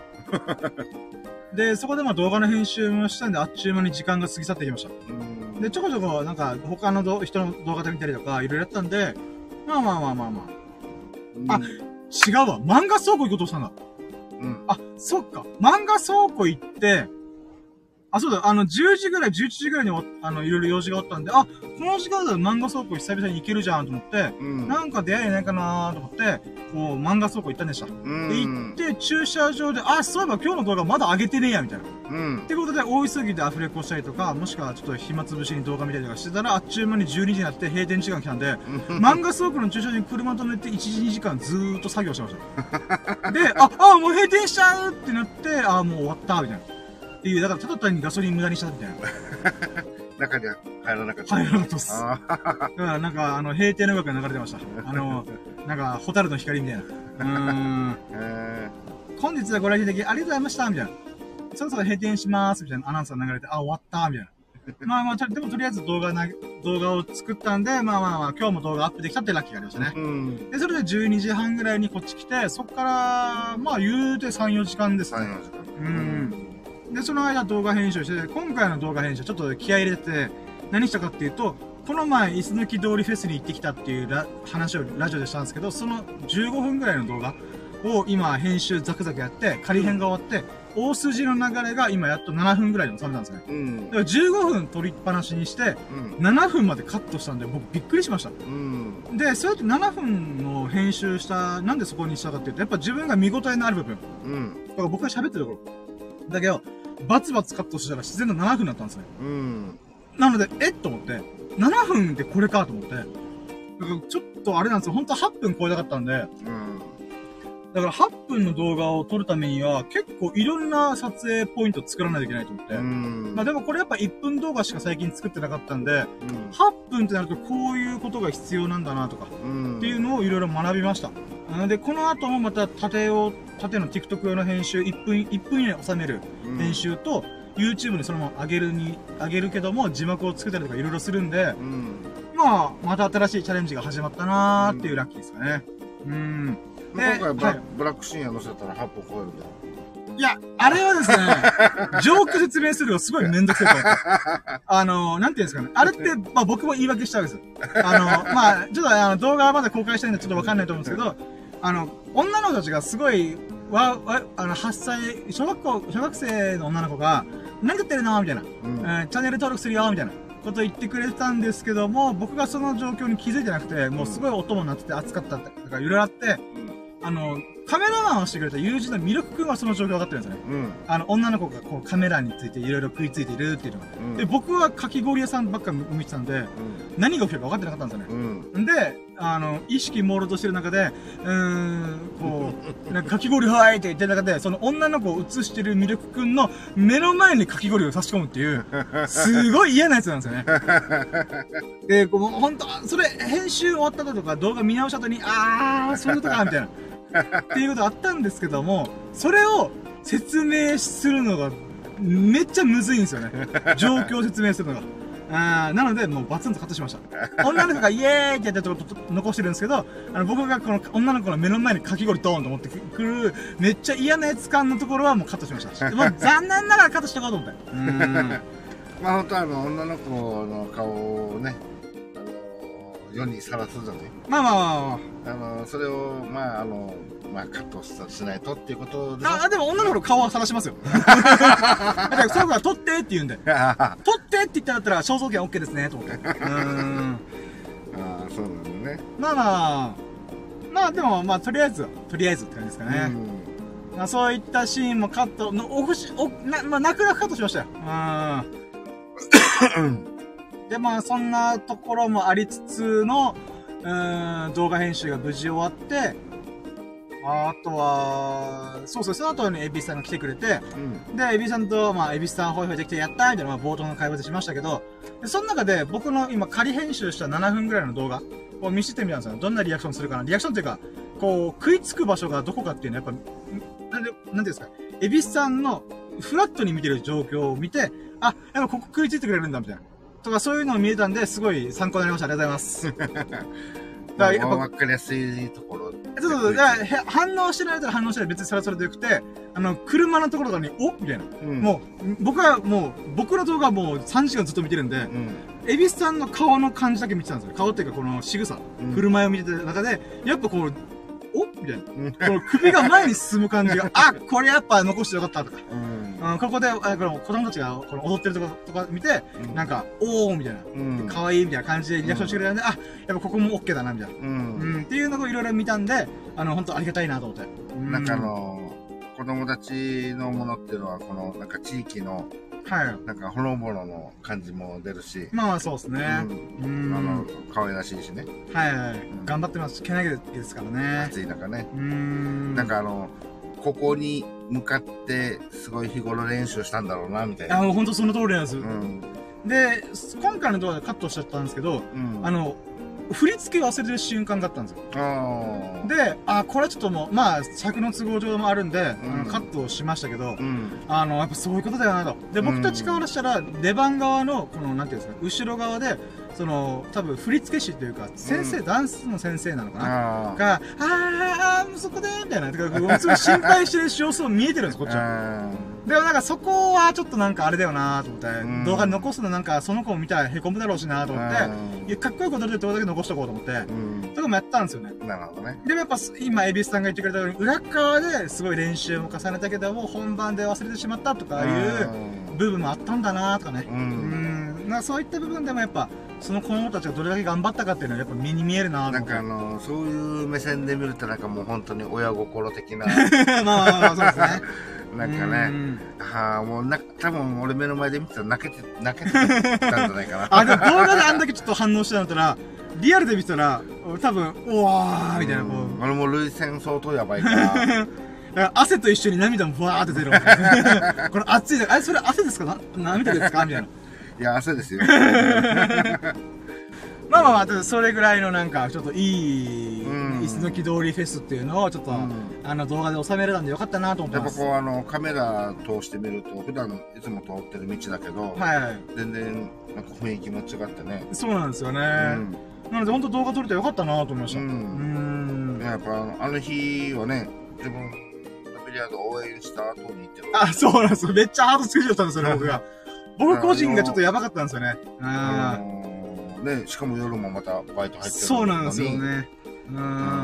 で、そこでまあ動画の編集もしたんで、あっちゅう間に時間が過ぎ去ってきました。うんで、ちょこちょこ、なんか、他のど人の動画で見たりとか、いろいろやったんで、まあまあまあまあまあ。あ、違うわ。漫画倉庫行こうとしたんだ。うん。あ、そっか。漫画倉庫行って、あ、そうだ、あの、じゅうじぐらい、じゅういちじぐらいに、あの、いろいろ用事があったんで、あ、この時間だと漫画倉庫久々に行けるじゃんと思って、うん、なんか出会いないかなと思って、こう、漫画倉庫行ったんでした。うん、で、行って、駐車場で、あ、そういえば今日の動画まだ上げてねえや、みたいな。うん。ってことで、大急ぎでアフレコしたりとか、もしくはちょっと暇つぶしに動画見たりとかしてたら、あっちゅう間にじゅうにじになって閉店時間来たんで、漫画倉庫の駐車場に車止めていちじにじかんずーっと作業してました。で、あ、あ、もう閉店しちゃうってなって、あ、もう終わった、みたいな。っていう、だからただ単にガソリン無駄にしたみたいな。 中には入らなかった。 入らなかったっす。だからなんか、あの、閉店の楽が流れてました。あの、なんか、ホタルの光みたいな。うーん。えー、本日はご来店できありがとうございましたみたいな。そろそろ閉店しますみたいなアナウンスが流れて、あ、終わったみたいな。まあまあ、でもとりあえず動画な、動画を作ったんで、まあまあまあ、今日も動画アップできたってラッキーがありましたね。うん。で、それでじゅうにじはんぐらいにこっち来て、そっから、まあ言うてさん、よじかんですね。さん、よじかん。うん。で、その間動画編集して、今回の動画編集ちょっと気合い入れて、何したかっていうと、この前、椅子抜き通りフェスに行ってきたっていうラ話をラジオでしたんですけど、そのじゅうごふんぐらいの動画を今編集ザクザクやって、仮編が終わって、大筋の流れが今やっとななふんぐらいで収めたんですね。うん。だからじゅうごふん撮りっぱなしにして、うん、ななふんまでカットしたんで、僕びっくりしました。うん。で、そうやってななふんの編集した、なんでそこにしたかっていうと、やっぱ自分が見応えのある部分。うん。だから僕が喋ってるところ。だけど、バツバツカットしたら自然のななふんだったんですね。うん。なので、えっと思って、ななふんでこれかと思って。だからちょっとあれなんですよ。ほんとはっぷん超えたかったんで。うん。 だからはっぷんの動画を撮るためには結構いろんな撮影ポイント作らないといけないと思って。うん、まあでもこれやっぱいっぷん動画しか最近作ってなかったんで、うん、はっぷんってなるとこういうことが必要なんだなとか、うん、っていうのをいろいろ学びました。で、この後もまた縦を、縦の TikTok 用の編集、いっぷん、いっぷん以内に収める編集と、うん、YouTube にそのまま上げるに、上げるけども字幕をつけたりとかいろいろするんで、うん、まあ、また新しいチャレンジが始まったなーっていうラッキーですかね。うん。 今回ブラ、はい、ブラックシーンや乗せたらはっぷん超えるんだよ。 いや、あれはですね、状況説明するのすごいめんどくさいと思って。あの、なんていうんですかね。あれって、まあ僕も言い訳しちゃうんです。あの、まあ、ちょっとあの動画はまだ公開したいんでちょっとわかんないと思うんですけど、あの、女の子たちがすごい、わ、わ、あの、はっさい、小学校、小学生の女の子が、何撮ってるのみたいな、うんえー。チャンネル登録するよみたいなこと言ってくれたんですけども、僕がその状況に気づいてなくて、もうすごい音も鳴ってて暑かったとかいろいろあって、あの、カメラマンをしてくれた友人のミルク君はその状況分かってるんですよね。うん、あの、女の子がこうカメラについていろいろ食いついているっていうのが。うん、で、僕はかき氷屋さんばっか見てたんで、うん、何が起きるか分かってなかったんですよね。うん、で、あの、意識朦朧としてる中で、うーん、こう、なんかかき氷はーいって言ってる中で、その女の子を映してるミルク君の目の前にかき氷を差し込むっていう、すごい嫌なやつなんですよね。で、こう、ほんと、それ、編集終わった後とか動画見直した後に、あー、そういうことか、みたいな。っていうことあったんですけども、それを説明するのがめっちゃむずいんですよね。状況を説明するのが。あなので、もうバツンとカットしました。女の子がイエーイってやったとこ残してるんですけど、あの僕がこの女の子の目の前にかき氷ドーンと持ってくる、めっちゃ嫌なやつ感のところはもうカットしました。もう残念ながらカットしとこうと思って。うん。 まあ本当あの、女の子の顔をね、世にさらすじゃね。 まあまあまあまあ。あの、それを、まああの、まあカットしないとっていうことで。 あ、でも女の子の顔はさらしますよ。だからその子が撮ってって言うんで。撮ってって言ったらだったら肖像権 OK ですね、と思って。うーん。 ああ、そうなんだね。 まあまあ、まあでも、まあとりあえず、とりあえずって感じですかね。まあそういったシーンもカット、のおふし、お、な、まあ泣く泣くカットしましたよ。うん。で、まあ、そんなところもありつつの、うーん、動画編集が無事終わって、あとは、そうそう、その後にエビスさんが来てくれて、うん、で、エビスさんと、まあ、エビスさんホイホイできてやったみたいな、まあ、冒頭の会話でしましたけど、で、その中で僕の今仮編集したななふんぐらいの動画を見せてみたんですよ。どんなリアクションするかな。リアクションっていうか、こう、食いつく場所がどこかっていうのはやっぱ、なんで、なんていうんですか、エビスさんのフラットに見てる状況を見て、あ、やっぱここ食いついてくれるんだ、みたいな。とかそういうのを見えたんで、すごい参考になりました。ありがとうございます。だからやっぱ分かりやすいところ。 そうそうそう。だから反応してないら反応してない別にそれはそれでよくて、あの、車のところとかに、おみたいな。うん、もう、僕はもう、僕の動画はもうさんじかんずっと見てるんで、うん、エビスさんの顔の感じだけ見てたんですよ。顔っていうかこの仕草、うん、振る舞いを見てた中で、やっぱこう、おみたいな。この首が前に進む感じが、あ、これやっぱ残してよかったとか。うん、ここで、あこの子供たちがこの踊ってるとことか見て、うん、なんか、おーみたいな、うん、可愛いみたいな感じでリアクションしてくれたんで、うん、あ、やっぱここも OK だな、みたいな。うん。うん、っていうのをいろいろ見たんで、あの、本当ありがたいなと思って。 うん、なんかあのー、子供たちのものっていうのは、この、なんか地域の、はい。なんか、ほのぼのの感じも出るし。 まあ、そうですね。 うん。あの、可愛らしいしね。 はいはい。うん、頑張ってます。けなげですからね。 暑い中ね。うん。なんかあの、ここに向かって、すごい日頃練習したんだろうな、みたいな。 あ、もうほんとその通りなんです。うん。で、今回の動画でカットしちゃったんですけど、うん、あの、振り付け忘れてる瞬間があったんですよ。で、あ、これはちょっともう、まあ、尺の都合上もあるんで、うん、あのカットをしましたけど、うん、あの、やっぱそういうことだよなと。で、僕たちからしたら、出番側の、この、なんていうんですか、後ろ側で、その、多分、振付師というか、先生、うん、ダンスの先生なのかなが、ああー、そこで、みたいな。てか、普通に心配してる様子も見えてるんです、こっちは。でもなんかそこはちょっとなんかあれだよなと思って、うん、動画に残すのなんかその子を見たら凹むだろうしなと思って、いやかっこよく踊れるとこだけ残しとこうと思って、うん、とかもやったんですよね。 なるほどね。 でもやっぱ今、エビスさんが言ってくれたように、裏側ですごい練習も重ねたけども、本番で忘れてしまったとかいう部分もあったんだなとかね。うん。うんなそういった部分でもやっぱ、その子供たちがどれだけ頑張ったかっていうのはやっぱ目に見えるなと思って。なんかあの、そういう目線で見るとなんかもう本当に親心的な。 まあまあまあ、そうですね。 なんかね、はあ、もうな、多分俺目の前で見てたら泣けて、泣けてたんじゃないかな。 あ、でも動画であんだけちょっと反応してたんだったら、 リアルで見たら、多分、うわーみたいな、こう。あれも涙腺相当やばいから。だから汗と一緒に涙もふわーって出るもん。これ熱い、あれ、それ汗ですかな涙ですかみたいな。 いや、汗ですよ。 まあまあまあ、それぐらいのなんか、ちょっといい、椅子の木通りフェスっていうのを、ちょっと、あの、動画で収めれたんでよかったなと思ってます。 やっぱこう、あの、カメラ通してみると、普段いつも通ってる道だけど、はいはい。全然、なんか雰囲気も違ってね。 そうなんですよね。なので、本当動画撮れてよかったなと思いました。うん。 やっぱ、あの日はね、自分、ビリヤード応援した後に行ってる。 あ、そうなんですよ。めっちゃハードスケジュールだったんですよね、僕が。僕個人がちょっとやばかったんですよね。あね、しかも夜もまたバイト入ってる。 そうなんですよね。 うん。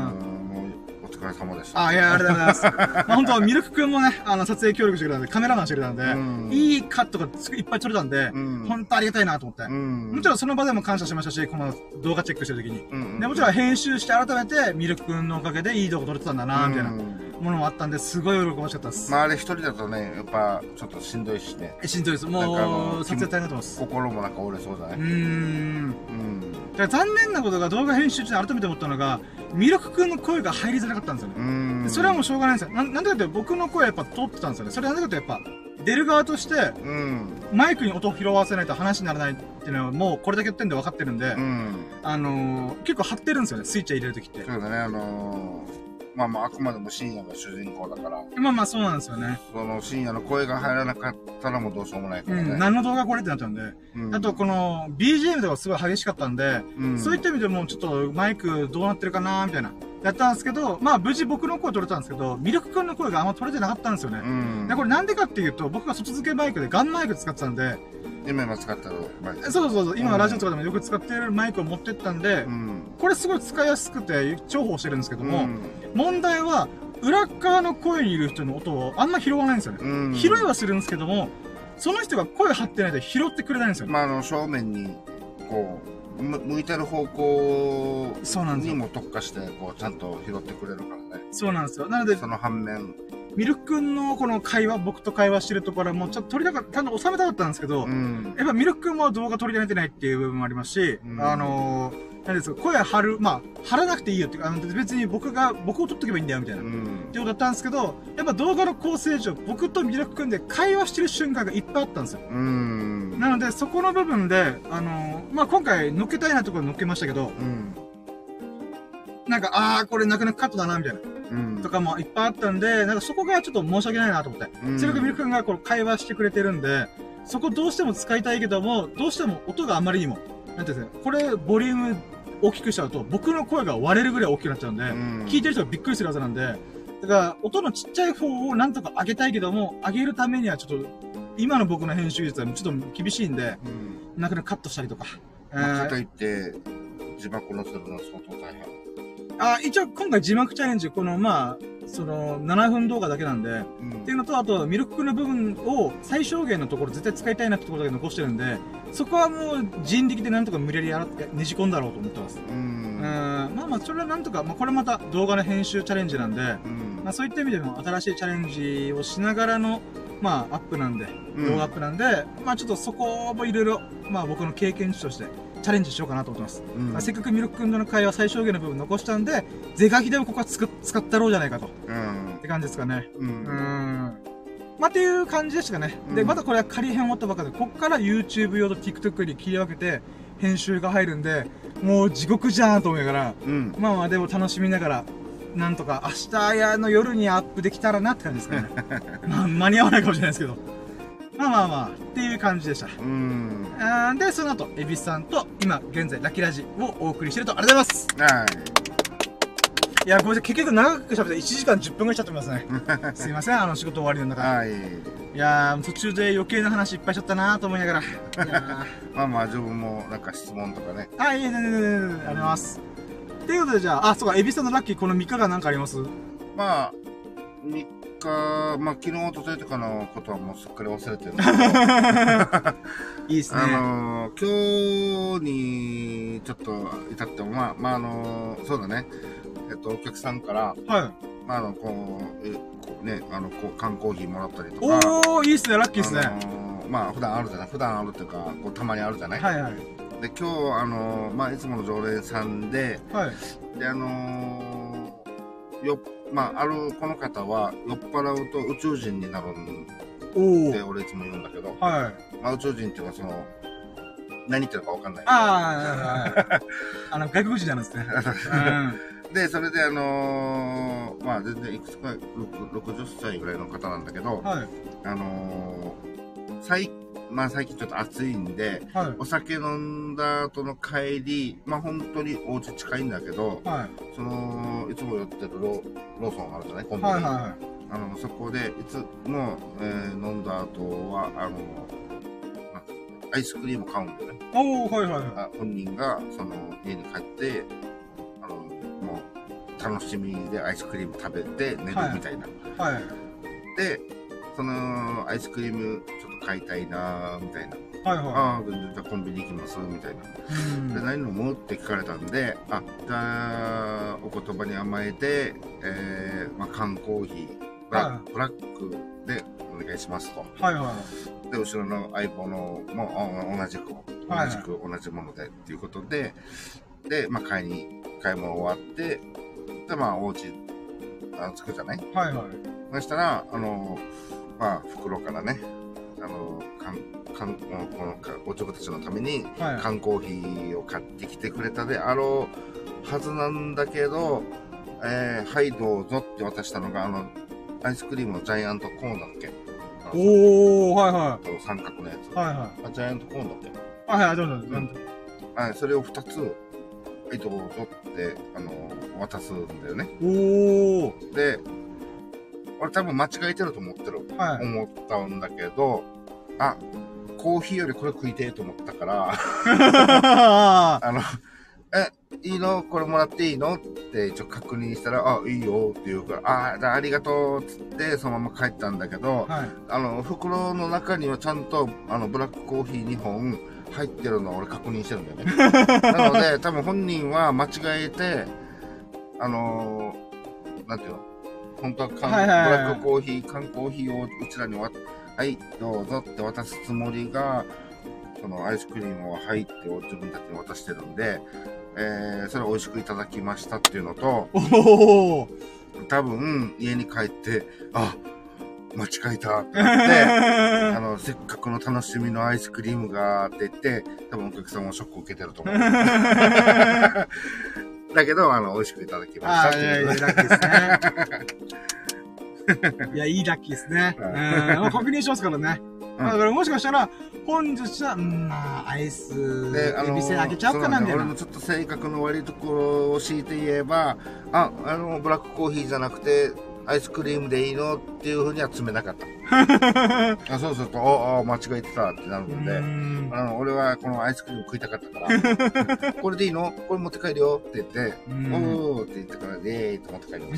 お疲れ様でした。 あ、いや、ありがとうございます。まあ本当ミルクくんもね、あの、撮影協力してくれたんで、カメラマンしてくれたんで、いいカットがいっぱい撮れたんで、本当ありがたいなと思って。もちろんその場でも感謝しましたし、この動画チェックしてる時に。で、もちろん編集して改めて、ミルクくんのおかげでいい動画撮れてたんだな、みたいなものもあったんで、すごい喜ばしかったです。 まああれ一人だとね、やっぱちょっとしんどいしね。 しんどいです。もう、撮影大変だと思います。 心もなんか折れそうだね。うーん。 うん。だから残念なことが動画編集中に改めて思ったのが、ミルクくんの声が入りづらかったんですよね。それはもうしょうがないんですよ。な, なんでかって僕の声やっぱ通ってたんですよね。それなんでかってやっぱ、出る側として、うん、マイクに音を拾わせないと話にならないっていうのはもうこれだけ言ってんで分かってるんで、うん、あのー、結構張ってるんですよね、スイッチ入れるときって。 そうだね、あのー、まあまああくまでも深夜が主人公だから。 まあまあそうなんですよね。 その深夜の声が入らなかったらもうどうしようもないからね。 うん、何の動画これってなったんで。うん、あとこの ビージーエム とかすごい激しかったんで、うん、そういった意味でもちょっとマイクどうなってるかなーみたいな。やったんですけど、まあ無事僕の声取れたんですけど、ミルクくんの声があんま取れてなかったんですよね。うん、でこれなんでかっていうと、僕が外付けマイクでガンマイク使ってたんで、 今今使ってるマイク。 そうそうそう、今ラジオとかでもよく使ってるマイクを持ってったんで、うん、これすごい使いやすくて重宝してるんですけども、うん、問題は、裏側の声にいる人の音をあんま拾わないんですよね。うん、拾いはするんですけども、その人が声張ってないと拾ってくれないんですよね。 まあ、あの、正面に、こう、向いてる方向にも特化して、こう、ちゃんと拾ってくれるからね。 そうなんですよ。なので、 その反面、 ミルクくんのこの会話、僕と会話してるところもちょっと撮りたかった、ちゃんと収めたかったんですけど、うん、やっぱミルクくんも動画撮り慣れてないっていう部分もありますし、うん、あのー、なんですか、声張る、まあ、張らなくていいよっていうか、あの別に僕が、僕を撮っとけばいいんだよみたいな、うん、っていうことだったんですけど、やっぱ動画の構成上、僕とミルクくんで会話してる瞬間がいっぱいあったんですよ。うん、なので、そこの部分で、あのー、まあ今回乗っけたいなところに乗っけましたけど、うん、なんか、あー、これなくなくカットだな、みたいな。うん、とかもいっぱいあったんで、なんかそこがちょっと申し訳ないなと思って。それがミルクくんがこう会話してくれてるんで、そこどうしても使いたいけども、どうしても音があまりにも、なんていうんですか、これボリューム大きくしちゃうと、僕の声が割れるぐらい大きくなっちゃうんで、うん、聞いてる人がびっくりするはずなんで、だから音のちっちゃい方をなんとか上げたいけども、上げるためにはちょっと、今の僕の編集技術はちょっと厳しいんで、うん、なかなかカットしたりとか。 まあ、かといって、字幕のするのは相当大変。 あ、一応今回字幕チャレンジ、このまあ、そのななふん動画だけなんで、うん、っていうのと、あとミルクくんの部分を最小限のところ絶対使いたいなってところだけ残してるんで、そこはもう人力でなんとか無理やりやらねじ込んだろうと思ってます。うん。うんまあまあ、それはなんとか、まあこれまた動画の編集チャレンジなんで、うん、まあそういった意味でも新しいチャレンジをしながらの、まあアップなんで、動画アップなんで、うん、まあちょっとそこもいろいろ、まあ僕の経験値として、チャレンジしようかなと思ってます。うんまあ、せっかくミルクくんとの会話最小限の部分残したんで、是が非でもここはつく使ったろうじゃないかと。うん、って感じですかね。うん。うんまあ、っていう感じでしたかね。うん、で、まだこれは仮編終わったばっかで、こっから YouTube 用と TikTok に切り分けて、編集が入るんで、もう地獄じゃんと思いながら、うん、まあまあでも楽しみながら、なんとか明日やの夜にアップできたらなって感じですかね。まあ間に合わないかもしれないですけど。まあまあまあ、っていう感じでした。うん。で、その後、エビスさんと、今、現在、ラキラジをお送りしてると、ありがとうございます。はい。いや、ごめんなさい、結局長く喋っていちじかんじゅっぷんぐらいしちゃってますね。すいません、あの、仕事終わりの中。はい。いやー、途中で余計な話いっぱいしちゃったなーと思いながら。いやまあまあ、自分も、なんか質問とかね。 はい、いえ、ねねねねね、ありがとうございます。ということで、じゃあ、あ、そうか、エビスさんのラッキー、このみっかかんなんかあります？ まあ、みっか、まあ、昨日、おとといとかのことはもうすっかり忘れてるんいいですね。 あのー、今日にちょっと至っても、まあ、まあ、あのー、そうだね。えっと、お客さんから、はい。まあ、あの、こう、えこうね、あの、こう、缶コーヒーもらったりとか。 おー、いいっすね、ラッキーっすね。 あのー、まあ、普段あるじゃない普段あるっていうか、こう、たまにあるじゃないはいはい。 で、今日、あのー、まあ、いつもの常連さんで、はい。で、あのー、よ、まあ、ある、この方は、酔っ払うと宇宙人になるんで、俺いつも言うんだけど、はい。まあ、宇宙人っていうのは、その、何言ってるか分かんない。 ああ、あの、外国人なんですね。 うん、で、それで、あのー、まあ、全然いくつか、ろくじゅっさいぐらいの方なんだけど、はい、あのー、最、まあ、最近ちょっと暑いんで、はい、お酒飲んだ後の帰り、まあ、本当にお家近いんだけど、はい、その、いつも寄ってるロローソンあるじゃないコンビニ。はいはいはい、あの、そこで、いつも、えー、飲んだ後は、あの、アイスクリーム買うんだよね。 おー、はいはいはい。 本人が、その、家に帰って、あの、もう、楽しみでアイスクリーム食べて寝るみたいな。はい。はい、で、その、アイスクリームちょっと買いたいなみたいな。はいはい。ああ、じゃあコンビニ行きますみたいな。うん。で、何飲むって聞かれたんで、あ、じゃあ、お言葉に甘えて、えー、まあ、缶コーヒー、ブラック、ブラックでお願いしますと。はいはい。で、後ろの相棒のも同じく、同じく同じものでっていうことで、で、まあ、買いに、買い物終わって、で、まあ、お家、あ着くじゃない？はいはい。そしたら、あの、まあ、袋からね、あの、缶、缶、この、おちょこたちのために、缶コーヒーを買ってきてくれたであろうはずなんだけど、えー、はい、どうぞって渡したのが、あの、アイスクリームのジャイアントコーンだっけ？ おー、はいはい。 三角のやつ。 はいはい。 あ、ジャイアントコーンだっけ？ はいはい、どうぞ、どうぞ。 はい、それを二つ、はい、どうぞって、あの、渡すんだよね。 おー。 で、俺多分間違えてると思ってる。はい。思ったんだけど、あ、コーヒーよりこれ食いてえと思ったから、あの、え、いいのこれもらっていいのって一応確認したら、あ、いいよって言うから、あ、じゃあありがとうっつってそのまま帰ったんだけど、はい、あの、袋の中にはちゃんと、あの、ブラックコーヒーにほん入ってるのを俺確認してるんだよね。なので、多分本人は間違えて、あのー、なんていうの本当は缶、はいはいはい、ブラックコーヒー、缶コーヒーをうちらにわ、はい、どうぞって渡すつもりが、そのアイスクリームを入って自分たちに渡してるんで、えー、それを美味しくいただきましたっていうのと、お多分家に帰って、あ、間違えたってなって、あの、せっかくの楽しみのアイスクリームがって言って、多分お客さんもショックを受けてると思う。だけど、あの、美味しくいただきましたっていう。 あ、いやいや、ラッキーですね。いや、いいラッキーですね。うん、確認しますからね。うん、だからもしかしたら、本日は、うん、まあ、アイス、で、あのー、店あげちゃおうかなんだよな。 俺のちょっと性格の悪いところを強いて言えば、あ、あの、ブラックコーヒーじゃなくて、アイスクリームでいいのっていうふうには詰めなかった。あ、そうすると、ああ、間違えてたってなるので、あの、俺はこのアイスクリーム食いたかったから、これでいいのこれ持って帰るよって言って、おーって言ってから、えーって持って帰りました。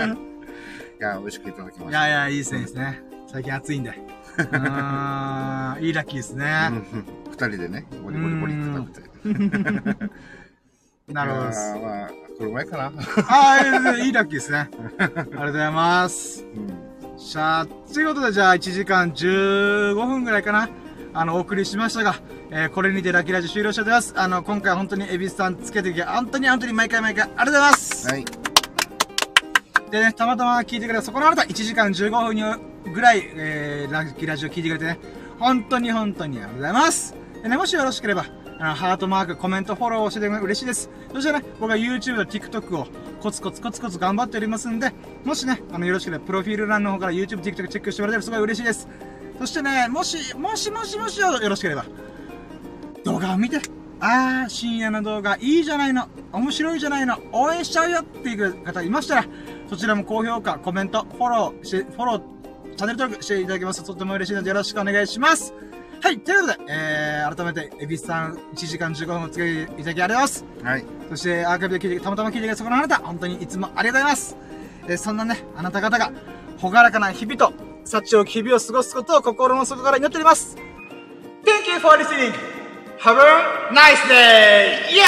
いや、美味しくいただきました。 いやいや、いいですね、いいですね。最近暑いんで。あー、いいラッキーですね。 二人でね、ボリボリボリって食べて。 なるほどです。 まあ、これぐらいかな。 ああ、いいラッキーですね。ありがとうございます。うん、しゃあ、ということで、じゃあいちじかんじゅうごふんぐらいかな。あの、お送りしましたが、えー、これにてラッキーラジオ終了しております。あの、今回本当にエビスさんつけてきて、本当に本当に毎回毎回ありがとうございます。はい。でね、たまたま聞いてくれたそこのあなた、いちじかんじゅうごふんにぐらい、えー、ラッキーラジオ聞いてくれてね、本当に本当にありがとうございます。でね、もしよろしければ、あの、ハートマーク、コメント、フォローをしてくれて嬉しいです。そしてね、僕は YouTube と TikTok をコツコツコツコツ頑張っておりますんで、もしね、あの、よろしければ、プロフィール欄の方から YouTube、TikTok チェックしてもらえたらすごい嬉しいです。そしてね、もし、もしもしもしよろしければ、動画を見て、あー、深夜の動画いいじゃないの、面白いじゃないの、応援しちゃうよっていう方いましたら、そちらも高評価、コメント、フォローして、フォロー、チャンネル登録していただけますととても嬉しいのでよろしくお願いします。はい、ということで、えー、改めて、エビスさんいちじかんじゅうごふんお付き合いいただきありがとうございます。はい。そして、アーカイブで聞いて、たまたま聞いてくれたそこのあなた、本当にいつもありがとうございます。えー、そんなね、あなた方が、ほがらかな日々と、幸多き日々を過ごすことを心の底から祈っております。Thank you for listening! Have a nice day! イエーイ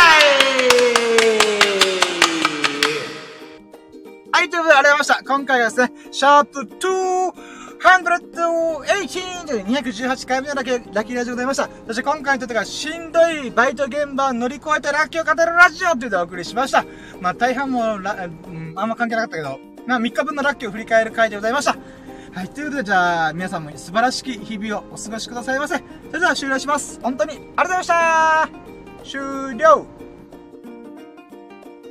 はい、ということでありがとうございました。今回はですね、シャープにというにひゃくじゅうはちかいめのラッキー、ラッキーラジオでございました。そして今回のとってがしんどいバイト現場を乗り越えたラッキーを語るラジオっていうのをお送りしました。まあ大半もラ、うん、あんま関係なかったけど、まあみっかぶんのラッキーを振り返る回でございました。はい、ということでじゃあ皆さんも素晴らしき日々をお過ごしくださいませ。それでは終了します。本当にありがとうございました。終了。